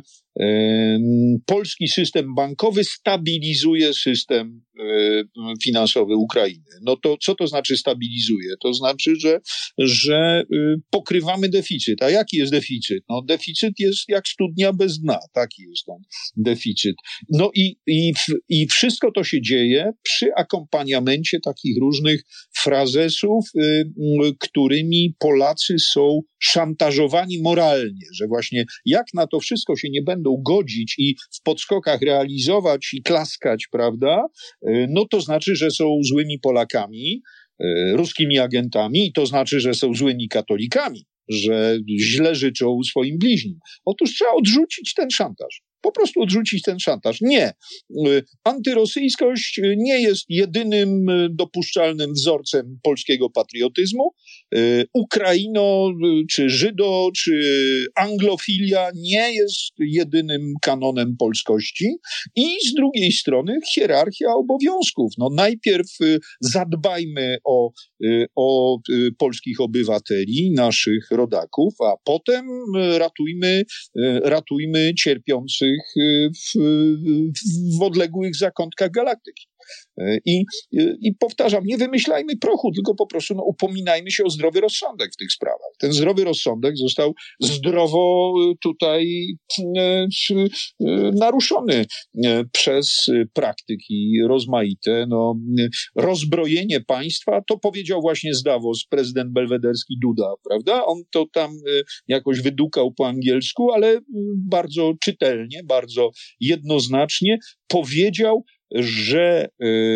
polski system bankowy stabilizuje system finansowy Ukrainy. No to co to znaczy stabilizuje? To znaczy, że, że pokrywamy deficyt. A jaki jest deficyt? No deficyt jest jak studnia bez dna. Taki jest ten deficyt. No i, i, i wszystko to się dzieje przy akompaniamencie takich różnych frazesów, którymi Polacy są szantażowani moralnie, że właśnie jak na to wszystko się nie będą godzić i w podskokach realizować i klaskać, prawda, no to znaczy, że są złymi Polakami, ruskimi agentami i to znaczy, że są złymi katolikami, że źle życzą swoim bliźnim. Otóż trzeba odrzucić ten szantaż. Po prostu odrzucić ten szantaż. Nie. Antyrosyjskość nie jest jedynym dopuszczalnym wzorcem polskiego patriotyzmu. Ukraino, czy Żydo, czy anglofilia nie jest jedynym kanonem polskości. I z drugiej strony hierarchia obowiązków. No najpierw zadbajmy o, o polskich obywateli, naszych rodaków, a potem ratujmy, ratujmy cierpiących W, w odległych zakątkach galaktyki. I, I powtarzam, nie wymyślajmy prochu, tylko po prostu no, upominajmy się o zdrowy rozsądek w tych sprawach. Ten zdrowy rozsądek został zdrowo tutaj e, e, naruszony e, przez praktyki rozmaite. No, rozbrojenie państwa, to powiedział właśnie z Davos prezydent belwederski Duda, prawda? On to tam e, jakoś wydukał po angielsku, ale bardzo czytelnie, bardzo jednoznacznie powiedział, że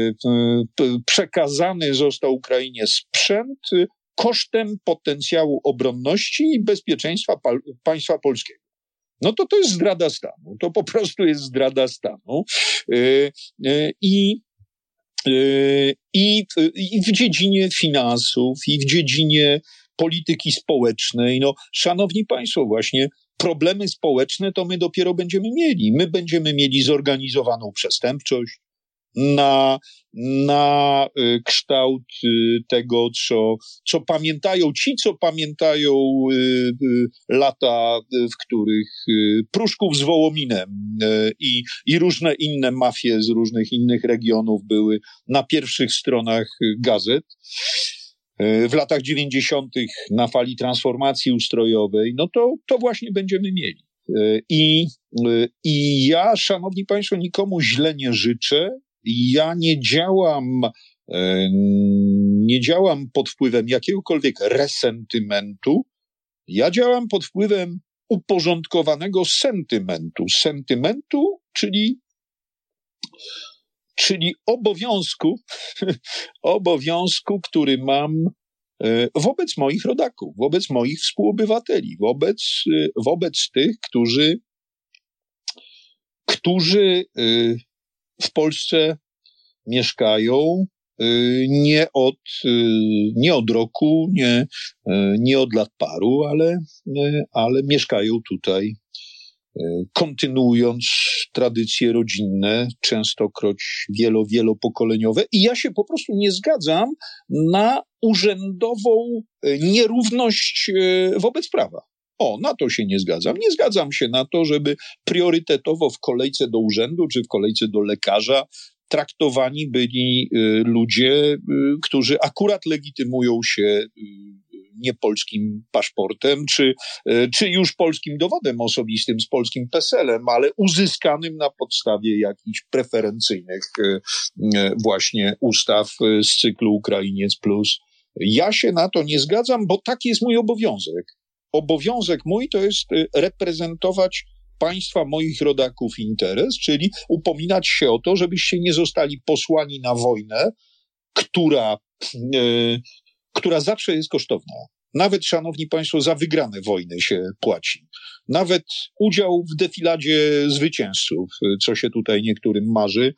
przekazany został Ukrainie sprzęt kosztem potencjału obronności i bezpieczeństwa państwa polskiego. No to to jest zdrada stanu. To po prostu jest zdrada stanu. I, i, i w dziedzinie finansów, i w dziedzinie polityki społecznej. No, szanowni państwo, właśnie problemy społeczne to my dopiero będziemy mieli. My będziemy mieli zorganizowaną przestępczość na, na kształt tego, co, co pamiętają ci, co pamiętają lata, w których Pruszków z Wołominem i, i różne inne mafie z różnych innych regionów były na pierwszych stronach gazet. W latach dziewięćdziesiątych na fali transformacji ustrojowej, no to, to właśnie będziemy mieli. I, I ja, szanowni państwo, nikomu źle nie życzę. Ja nie działam, nie działam pod wpływem jakiegokolwiek resentymentu. Ja działam pod wpływem uporządkowanego sentymentu. Sentymentu, czyli czyli obowiązku, obowiązku, który mam wobec moich rodaków, wobec moich współobywateli, wobec, wobec tych, którzy, którzy w Polsce mieszkają nie od, nie od roku, nie, nie od lat paru, ale, ale mieszkają tutaj, kontynuując tradycje rodzinne, częstokroć wielo, wielopokoleniowe. I ja się po prostu nie zgadzam na urzędową nierówność wobec prawa. O, na to się nie zgadzam. Nie zgadzam się na to, żeby priorytetowo w kolejce do urzędu czy w kolejce do lekarza traktowani byli ludzie, którzy akurat legitymują się nie polskim paszportem, czy, czy już polskim dowodem osobistym z polskim peselem, ale uzyskanym na podstawie jakichś preferencyjnych właśnie ustaw z cyklu Ukrainiec Plus. Ja się na to nie zgadzam, bo taki jest mój obowiązek. Obowiązek mój to jest reprezentować państwa moich rodaków interes, czyli upominać się o to, żebyście nie zostali posłani na wojnę, która, która zawsze jest kosztowna. Nawet, szanowni państwo, za wygrane wojny się płaci. Nawet udział w defiladzie zwycięzców, co się tutaj niektórym marzy,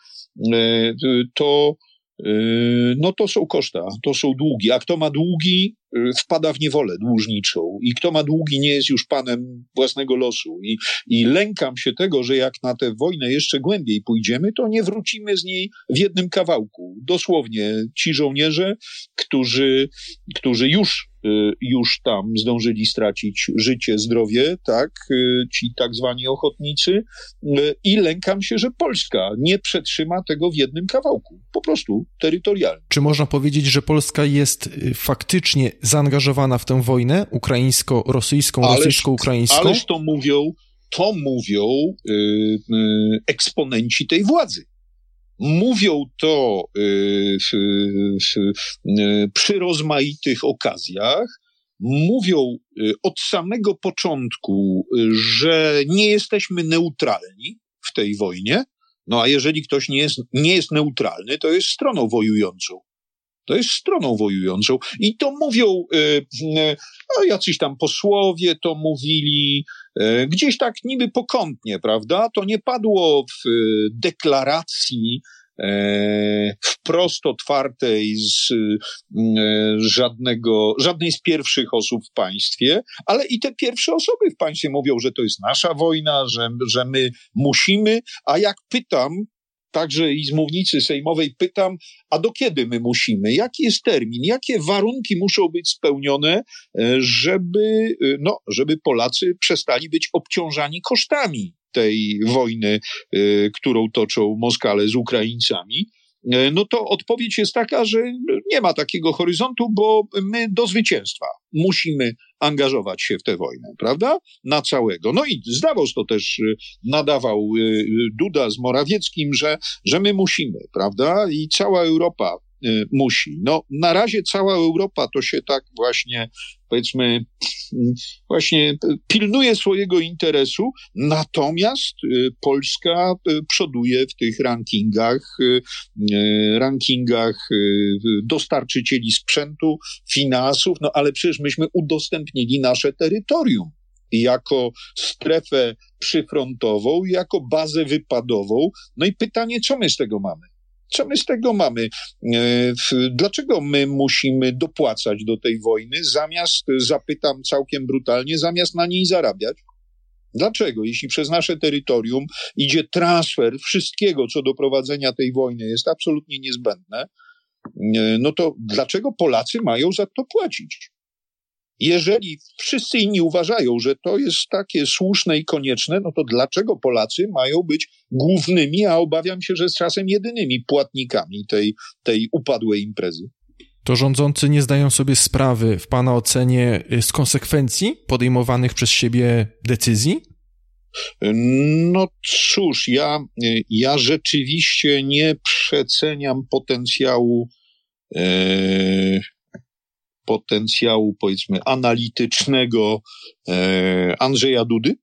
to, no to są koszta, to są długi. A kto ma długi, wpada w niewolę dłużniczą. I kto ma długi, nie jest już panem własnego losu. I, i lękam się tego, że jak na tę wojnę jeszcze głębiej pójdziemy, to nie wrócimy z niej w jednym kawałku. Dosłownie ci żołnierze, którzy, którzy już już tam zdążyli stracić życie, zdrowie, tak, ci tak zwani ochotnicy, i lękam się, że Polska nie przetrzyma tego w jednym kawałku, po prostu terytorialnie. Czy można powiedzieć, że Polska jest faktycznie zaangażowana w tę wojnę ukraińsko-rosyjską, rosyjsko-ukraińską? Ależ to mówią, to mówią yy, yy, eksponenci tej władzy. Mówią to y, w, w, y, przy rozmaitych okazjach, mówią y, od samego początku, y, że nie jesteśmy neutralni w tej wojnie, no a jeżeli ktoś nie jest, nie jest neutralny, to jest stroną wojującą. To jest stroną wojującą. I to mówią y, y, no, jacyś tam posłowie, to mówili y, gdzieś tak niby pokątnie, prawda? To nie padło w y, deklaracji y, wprost otwartej z y, żadnego, żadnej z pierwszych osób w państwie, ale i te pierwsze osoby w państwie mówią, że to jest nasza wojna, że, że my musimy, a jak pytam, także i z mównicy sejmowej pytam, a do kiedy my musimy? Jaki jest termin? Jakie warunki muszą być spełnione, żeby, no, żeby Polacy przestali być obciążani kosztami tej wojny, którą toczą Moskale z Ukraińcami? No to odpowiedź jest taka, że nie ma takiego horyzontu, bo my do zwycięstwa musimy angażować się w tę wojnę, prawda? Na całego. No i zdawał to też nadawał Duda z Morawieckim, że, że my musimy, prawda? I cała Europa musi. No na razie cała Europa to się tak właśnie, powiedzmy, właśnie pilnuje swojego interesu, natomiast Polska przoduje w tych rankingach, rankingach dostarczycieli sprzętu, finansów, no ale przecież myśmy udostępnili nasze terytorium jako strefę przyfrontową, jako bazę wypadową. No i pytanie, co my z tego mamy? Co my z tego mamy? Dlaczego my musimy dopłacać do tej wojny, zamiast, zapytam całkiem brutalnie, zamiast na niej zarabiać? Dlaczego? Jeśli przez nasze terytorium idzie transfer wszystkiego, co do prowadzenia tej wojny jest absolutnie niezbędne, no to dlaczego Polacy mają za to płacić? Jeżeli wszyscy inni uważają, że to jest takie słuszne i konieczne, no to dlaczego Polacy mają być głównymi, a obawiam się, że z czasem jedynymi płatnikami tej, tej upadłej imprezy? To rządzący nie zdają sobie sprawy, w pana ocenie, z konsekwencji podejmowanych przez siebie decyzji? No cóż, ja, ja rzeczywiście nie przeceniam potencjału e, potencjału, powiedzmy, analitycznego e, Andrzeja Dudy.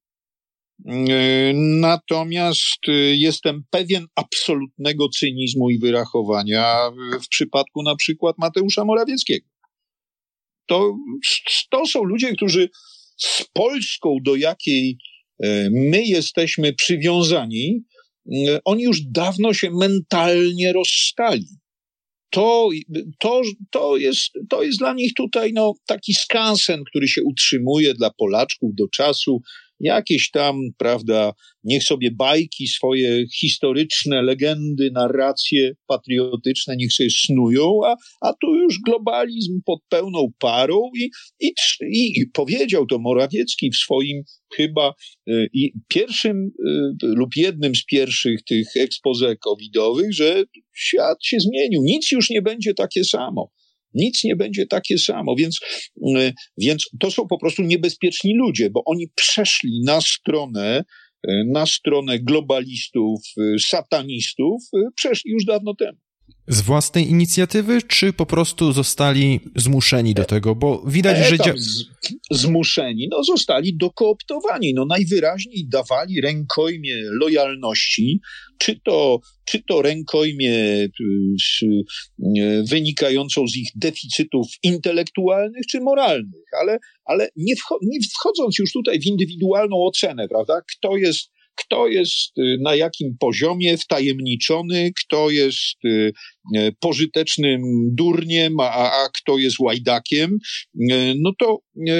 E, natomiast e, jestem pewien absolutnego cynizmu i wyrachowania w przypadku na przykład Mateusza Morawieckiego. To, to są ludzie, którzy z Polską, do jakiej e, my jesteśmy przywiązani, e, oni już dawno się mentalnie rozstali. To, to, to, jest, to jest dla nich tutaj no, taki skansen, który się utrzymuje dla Polaczków do czasu. Jakieś tam, prawda, niech sobie bajki swoje historyczne, legendy, narracje patriotyczne niech sobie snują, a, a tu już globalizm pod pełną parą i, i, i, i powiedział to Morawiecki w swoim chyba y, i pierwszym y, lub jednym z pierwszych tych expose covidowych, że świat się zmienił, nic już nie będzie takie samo. Nic nie będzie takie samo, więc, więc to są po prostu niebezpieczni ludzie, bo oni przeszli na stronę, na stronę globalistów, satanistów, przeszli już dawno temu. Z własnej inicjatywy, czy po prostu zostali zmuszeni do tego? Bo widać, e, że... Dzia... Z, zmuszeni, no zostali dokooptowani, no najwyraźniej dawali rękojmię lojalności czy to, czy to rękojmię wynikającą z ich deficytów intelektualnych czy moralnych, ale, ale nie, wcho- nie wchodząc już tutaj w indywidualną ocenę, prawda, kto jest Kto jest na jakim poziomie wtajemniczony, kto jest pożytecznym durniem, a, a kto jest łajdakiem, no to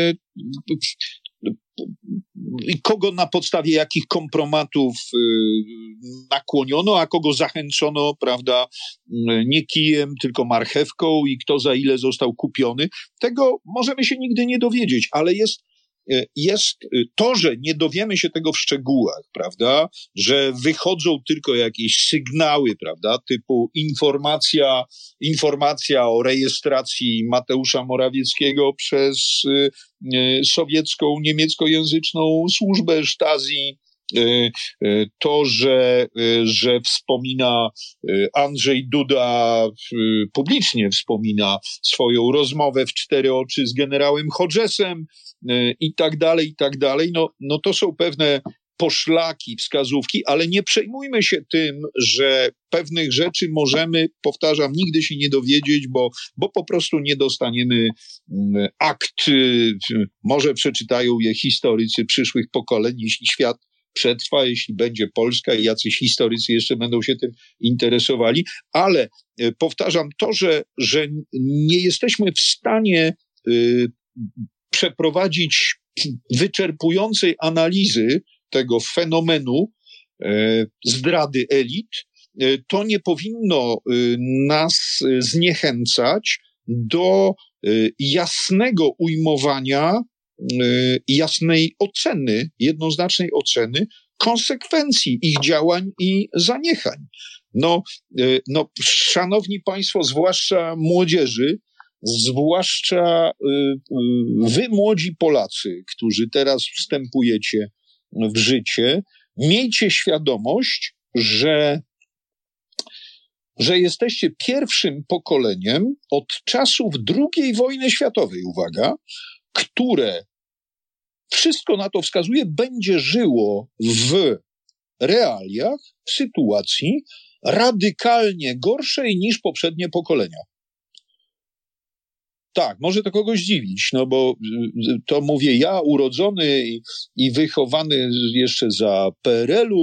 kogo na podstawie jakich kompromatów nakłoniono, a kogo zachęcono, prawda, nie kijem, tylko marchewką i kto za ile został kupiony, tego możemy się nigdy nie dowiedzieć, ale jest jest to, że nie dowiemy się tego w szczegółach, prawda, że wychodzą tylko jakieś sygnały, prawda, typu informacja, informacja o rejestracji Mateusza Morawieckiego przez y, y, sowiecką, niemieckojęzyczną służbę Stasi, y, y, to, że, y, że wspomina y, Andrzej Duda, y, publicznie wspomina swoją rozmowę w cztery oczy z generałem Hodgesem, i tak dalej, i tak dalej. No, no to są pewne poszlaki, wskazówki, ale nie przejmujmy się tym, że pewnych rzeczy możemy, powtarzam, nigdy się nie dowiedzieć, bo, bo po prostu nie dostaniemy akt. Może przeczytają je historycy przyszłych pokoleń, jeśli świat przetrwa, jeśli będzie Polska i jacyś historycy jeszcze będą się tym interesowali, ale powtarzam to, że, że nie jesteśmy w stanie y, przeprowadzić wyczerpującej analizy tego fenomenu e, zdrady elit, e, to nie powinno e, nas zniechęcać do e, jasnego ujmowania, e, jasnej oceny, jednoznacznej oceny konsekwencji ich działań i zaniechań. No, e, no, szanowni państwo, zwłaszcza młodzieży, zwłaszcza wy, młodzi Polacy, którzy teraz wstępujecie w życie, miejcie świadomość, że, że jesteście pierwszym pokoleniem od czasów drugiej wojny światowej, uwaga, które, wszystko na to wskazuje, będzie żyło w realiach, w sytuacji radykalnie gorszej niż poprzednie pokolenia. Tak, może to kogoś dziwić, no bo to mówię ja, urodzony i, i wychowany jeszcze za P R L-u,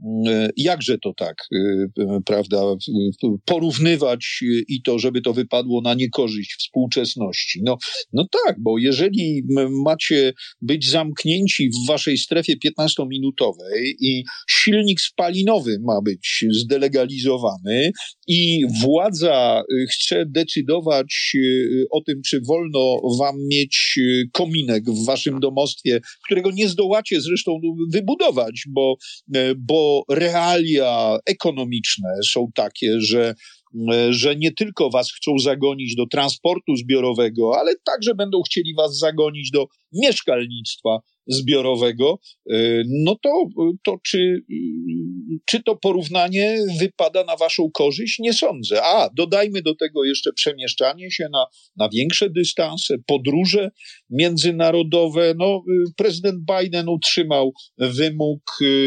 jakże to tak, prawda, porównywać i to, żeby to wypadło na niekorzyść współczesności. No, no tak, bo jeżeli macie być zamknięci w waszej strefie piętnastominutowej i silnik spalinowy ma być zdelegalizowany i władza chce decydować o tym, czy wolno wam mieć kominek w waszym domostwie, którego nie zdołacie zresztą wybudować, bo, bo realia ekonomiczne są takie, że, że nie tylko was chcą zagonić do transportu zbiorowego, ale także będą chcieli was zagonić do mieszkalnictwa zbiorowego, no to, to czy, czy to porównanie wypada na waszą korzyść? Nie sądzę. A, dodajmy do tego jeszcze przemieszczanie się na, na większe dystanse, podróże międzynarodowe. No, prezydent Biden utrzymał wymóg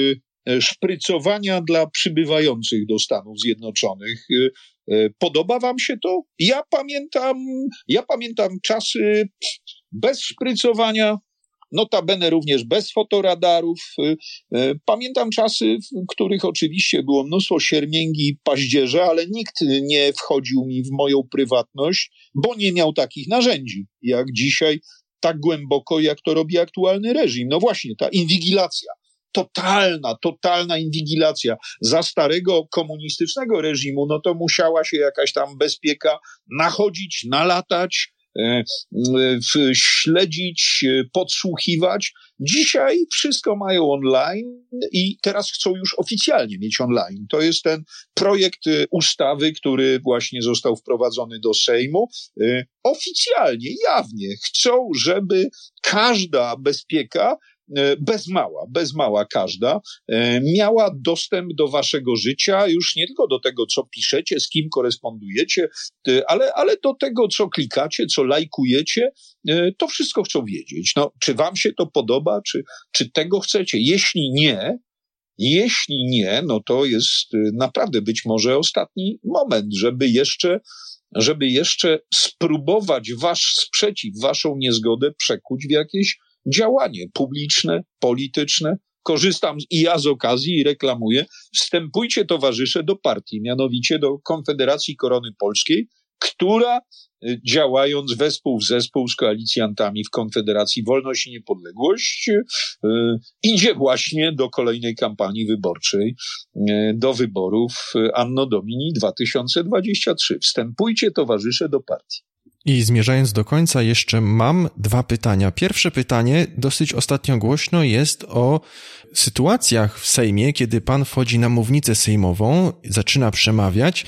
szprycowania dla przybywających do Stanów Zjednoczonych. Podoba wam się to? Ja pamiętam, ja pamiętam czasy bez szprycowania, notabene również bez fotoradarów. Pamiętam czasy, w których oczywiście było mnóstwo siermięgi i paździerza, ale nikt nie wchodził mi w moją prywatność, bo nie miał takich narzędzi, jak dzisiaj, tak głęboko, jak to robi aktualny reżim. No właśnie, ta inwigilacja. Totalna, totalna inwigilacja. Za starego komunistycznego reżimu, no to musiała się jakaś tam bezpieka nachodzić, nalatać, e, e, śledzić, e, podsłuchiwać. Dzisiaj wszystko mają online i teraz chcą już oficjalnie mieć online. To jest ten projekt e, ustawy, który właśnie został wprowadzony do Sejmu. E, oficjalnie, jawnie chcą, żeby każda bezpieka, bez mała, bez mała każda, miała dostęp do waszego życia, już nie tylko do tego, co piszecie, z kim korespondujecie, ale, ale do tego, co klikacie, co lajkujecie, to wszystko chcą wiedzieć. No, czy wam się to podoba, czy, czy tego chcecie? Jeśli nie, Jeśli nie, no to jest naprawdę być może ostatni moment, żeby jeszcze, żeby jeszcze spróbować wasz sprzeciw, waszą niezgodę przekuć w jakieś działanie publiczne, polityczne. Korzystam i ja z okazji i reklamuję. Wstępujcie, towarzysze, do partii, mianowicie do Konfederacji Korony Polskiej, która działając wespół w zespół z koalicjantami w Konfederacji Wolność i Niepodległość yy, idzie właśnie do kolejnej kampanii wyborczej, yy, do wyborów Anno Domini dwa tysiące dwudziesty trzeci. Wstępujcie, towarzysze, do partii. I zmierzając do końca, jeszcze mam dwa pytania. Pierwsze pytanie, dosyć ostatnio głośno jest o sytuacjach w Sejmie, kiedy pan wchodzi na mównicę sejmową, zaczyna przemawiać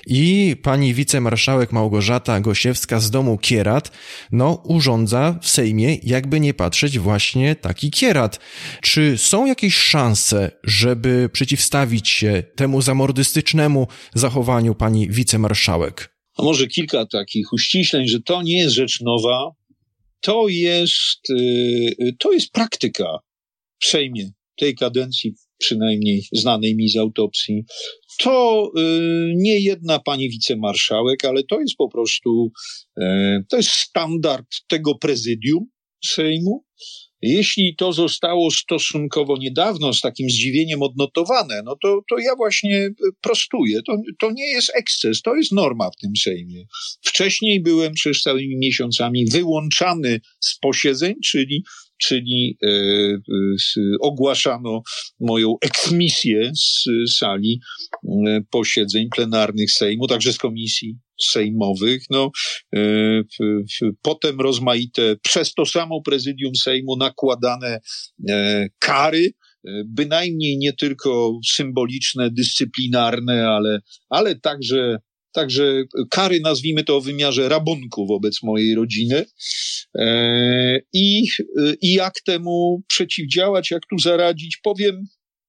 i pani wicemarszałek Małgorzata Gosiewska z domu Kierat, no, urządza w Sejmie, jakby nie patrzeć, właśnie taki kierat. Czy są jakieś szanse, żeby przeciwstawić się temu zamordystycznemu zachowaniu pani wicemarszałek? A może kilka takich uściśleń, że to nie jest rzecz nowa, to jest, yy, to jest praktyka w Sejmie tej kadencji, przynajmniej znanej mi z autopsji. To yy, nie jedna pani wicemarszałek, ale to jest po prostu, yy, to jest standard tego prezydium Sejmu. Jeśli to zostało stosunkowo niedawno z takim zdziwieniem odnotowane, no to, to ja właśnie prostuję. To, to nie jest eksces, to jest norma w tym Sejmie. Wcześniej byłem przez całymi miesiącami wyłączany z posiedzeń, czyli, czyli e, e, ogłaszano moją eksmisję z sali e, posiedzeń plenarnych Sejmu, także z komisji sejmowych, no, y, y, y, potem rozmaite przez to samo prezydium Sejmu nakładane y, kary, y, bynajmniej nie tylko symboliczne, dyscyplinarne, ale, ale także, także kary, nazwijmy to, o wymiarze rabunku wobec mojej rodziny. Y, i, y, I jak temu przeciwdziałać, jak tu zaradzić, powiem,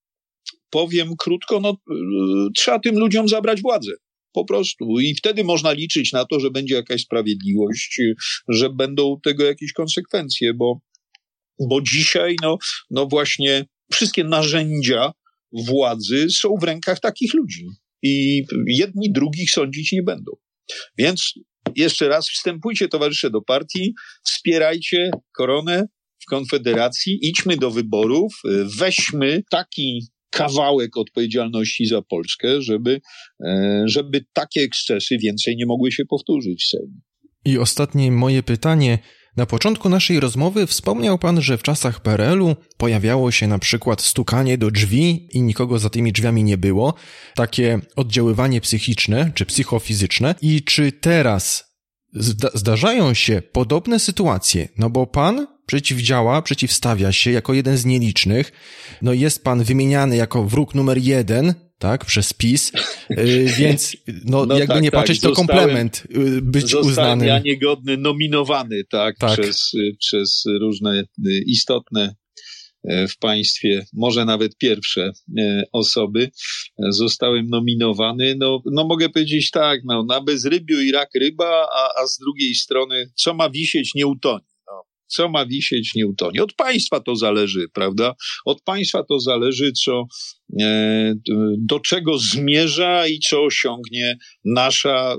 powiem krótko, no, y, trzeba tym ludziom zabrać władzę. Po prostu. I wtedy można liczyć na to, że będzie jakaś sprawiedliwość, że będą tego jakieś konsekwencje, bo, bo dzisiaj, no, no właśnie, wszystkie narzędzia władzy są w rękach takich ludzi. I jedni drugich sądzić nie będą. Więc jeszcze raz wstępujcie, towarzysze, do partii, wspierajcie Koronę w Konfederacji, idźmy do wyborów, weźmy taki kawałek odpowiedzialności za Polskę, żeby, żeby takie ekscesy więcej nie mogły się powtórzyć w Sejmie. I ostatnie moje pytanie. Na początku naszej rozmowy wspomniał pan, że w czasach P R L u pojawiało się na przykład stukanie do drzwi i nikogo za tymi drzwiami nie było. Takie oddziaływanie psychiczne czy psychofizyczne. I czy teraz zda- zdarzają się podobne sytuacje? No bo pan przeciwdziała, przeciwstawia się jako jeden z nielicznych. No jest pan wymieniany jako wróg numer jeden, tak, przez PiS, yy, więc no, no jakby tak, nie patrzeć, tak. to zostałem, komplement yy, być zostałem uznanym. Ja niegodny, nominowany, tak, tak. Przez, przez różne istotne w państwie, może nawet pierwsze osoby. Zostałem nominowany. No, no mogę powiedzieć tak, no, na bezrybiu i rak ryba, a, a z drugiej strony, co ma wisieć, nie utonie. Co ma wisieć, nie utonie. Od państwa to zależy, prawda? Od państwa to zależy, co, e, do czego zmierza i co osiągnie nasza e,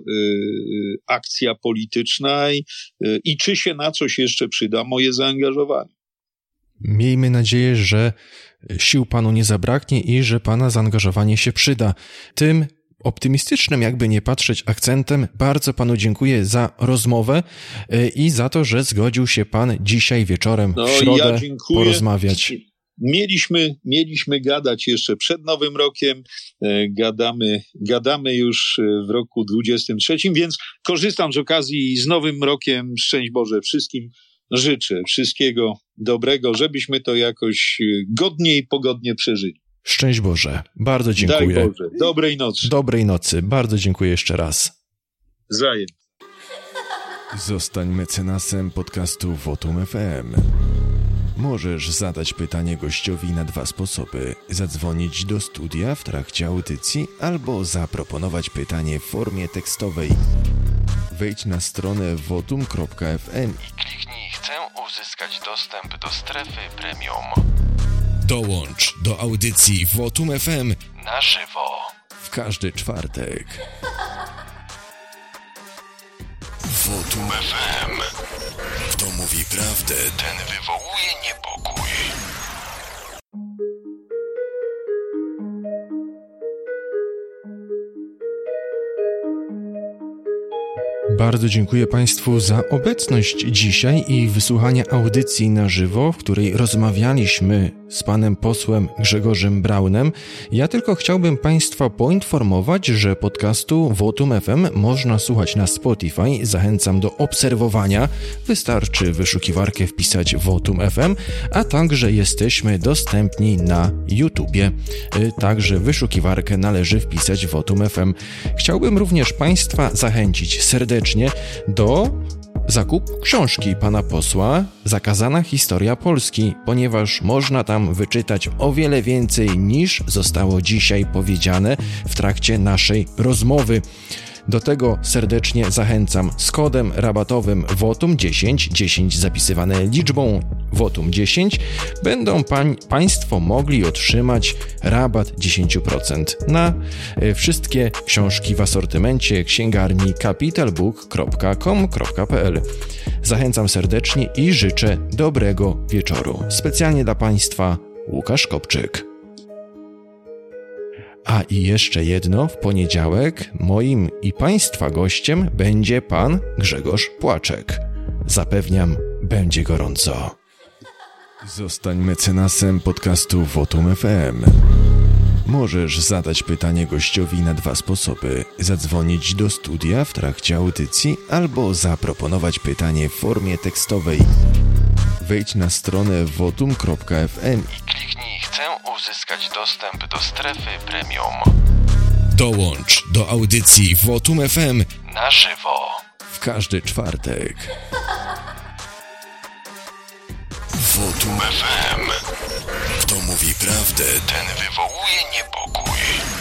akcja polityczna i, e, i czy się na coś jeszcze przyda moje zaangażowanie. Miejmy nadzieję, że sił panu nie zabraknie i że pana zaangażowanie się przyda. Tym optymistycznym, jakby nie patrzeć, akcentem bardzo panu dziękuję za rozmowę i za to, że zgodził się pan dzisiaj wieczorem no, w środę ja dziękuję. porozmawiać. Mieliśmy, mieliśmy gadać jeszcze przed Nowym Rokiem, e, gadamy, gadamy już w roku dwudziestym trzecim, więc korzystam z okazji z Nowym Rokiem, szczęść Boże wszystkim, życzę wszystkiego dobrego, żebyśmy to jakoś godnie i pogodnie przeżyli. Szczęść Boże. Bardzo dziękuję. Daj Boże. Dobrej nocy. Dobrej nocy. Bardzo dziękuję jeszcze raz. Wzajem. Zostań mecenasem podcastu Votum F M. Możesz zadać pytanie gościowi na dwa sposoby. Zadzwonić do studia w trakcie audycji albo zaproponować pytanie w formie tekstowej. Wejdź na stronę votum kropka f m i kliknij Chcę uzyskać dostęp do strefy premium. Dołącz do audycji Votum F M na żywo w każdy czwartek. Votum F M. Kto mówi prawdę, ten wywołuje niepokój. Bardzo dziękuję Państwu za obecność dzisiaj i wysłuchanie audycji na żywo, w której rozmawialiśmy z panem posłem Grzegorzem Braunem. Ja tylko chciałbym Państwa poinformować, że podcastu Votum F M można słuchać na Spotify. Zachęcam do obserwowania. Wystarczy wyszukiwarkę wpisać Votum F M, a także jesteśmy dostępni na YouTubie. Także wyszukiwarkę należy wpisać Votum F M. Chciałbym również Państwa zachęcić serdecznie do zakupu książki pana posła Zakazana historia Polski, ponieważ można tam wyczytać o wiele więcej niż zostało dzisiaj powiedziane w trakcie naszej rozmowy. Do tego serdecznie zachęcam z kodem rabatowym Votum dziesięć, dziesięć zapisywane liczbą Votum dziesięć, będą pań, Państwo mogli otrzymać rabat dziesięć procent na y, wszystkie książki w asortymencie księgarni capital book kropka com kropka p l. Zachęcam serdecznie i życzę dobrego wieczoru. Specjalnie dla Państwa Łukasz Kopczyk. A i jeszcze jedno, w poniedziałek moim i Państwa gościem będzie pan Grzegorz Płaczek. Zapewniam, będzie gorąco. Zostań mecenasem podcastu Votum F M. Możesz zadać pytanie gościowi na dwa sposoby. Zadzwonić do studia w trakcie audycji albo zaproponować pytanie w formie tekstowej. Wejdź na stronę votum kropka f m i kliknij Chcę uzyskać dostęp do strefy premium. Dołącz do audycji Votum F M na żywo w każdy czwartek. Votum F M. Kto mówi prawdę, ten wywołuje niepokój.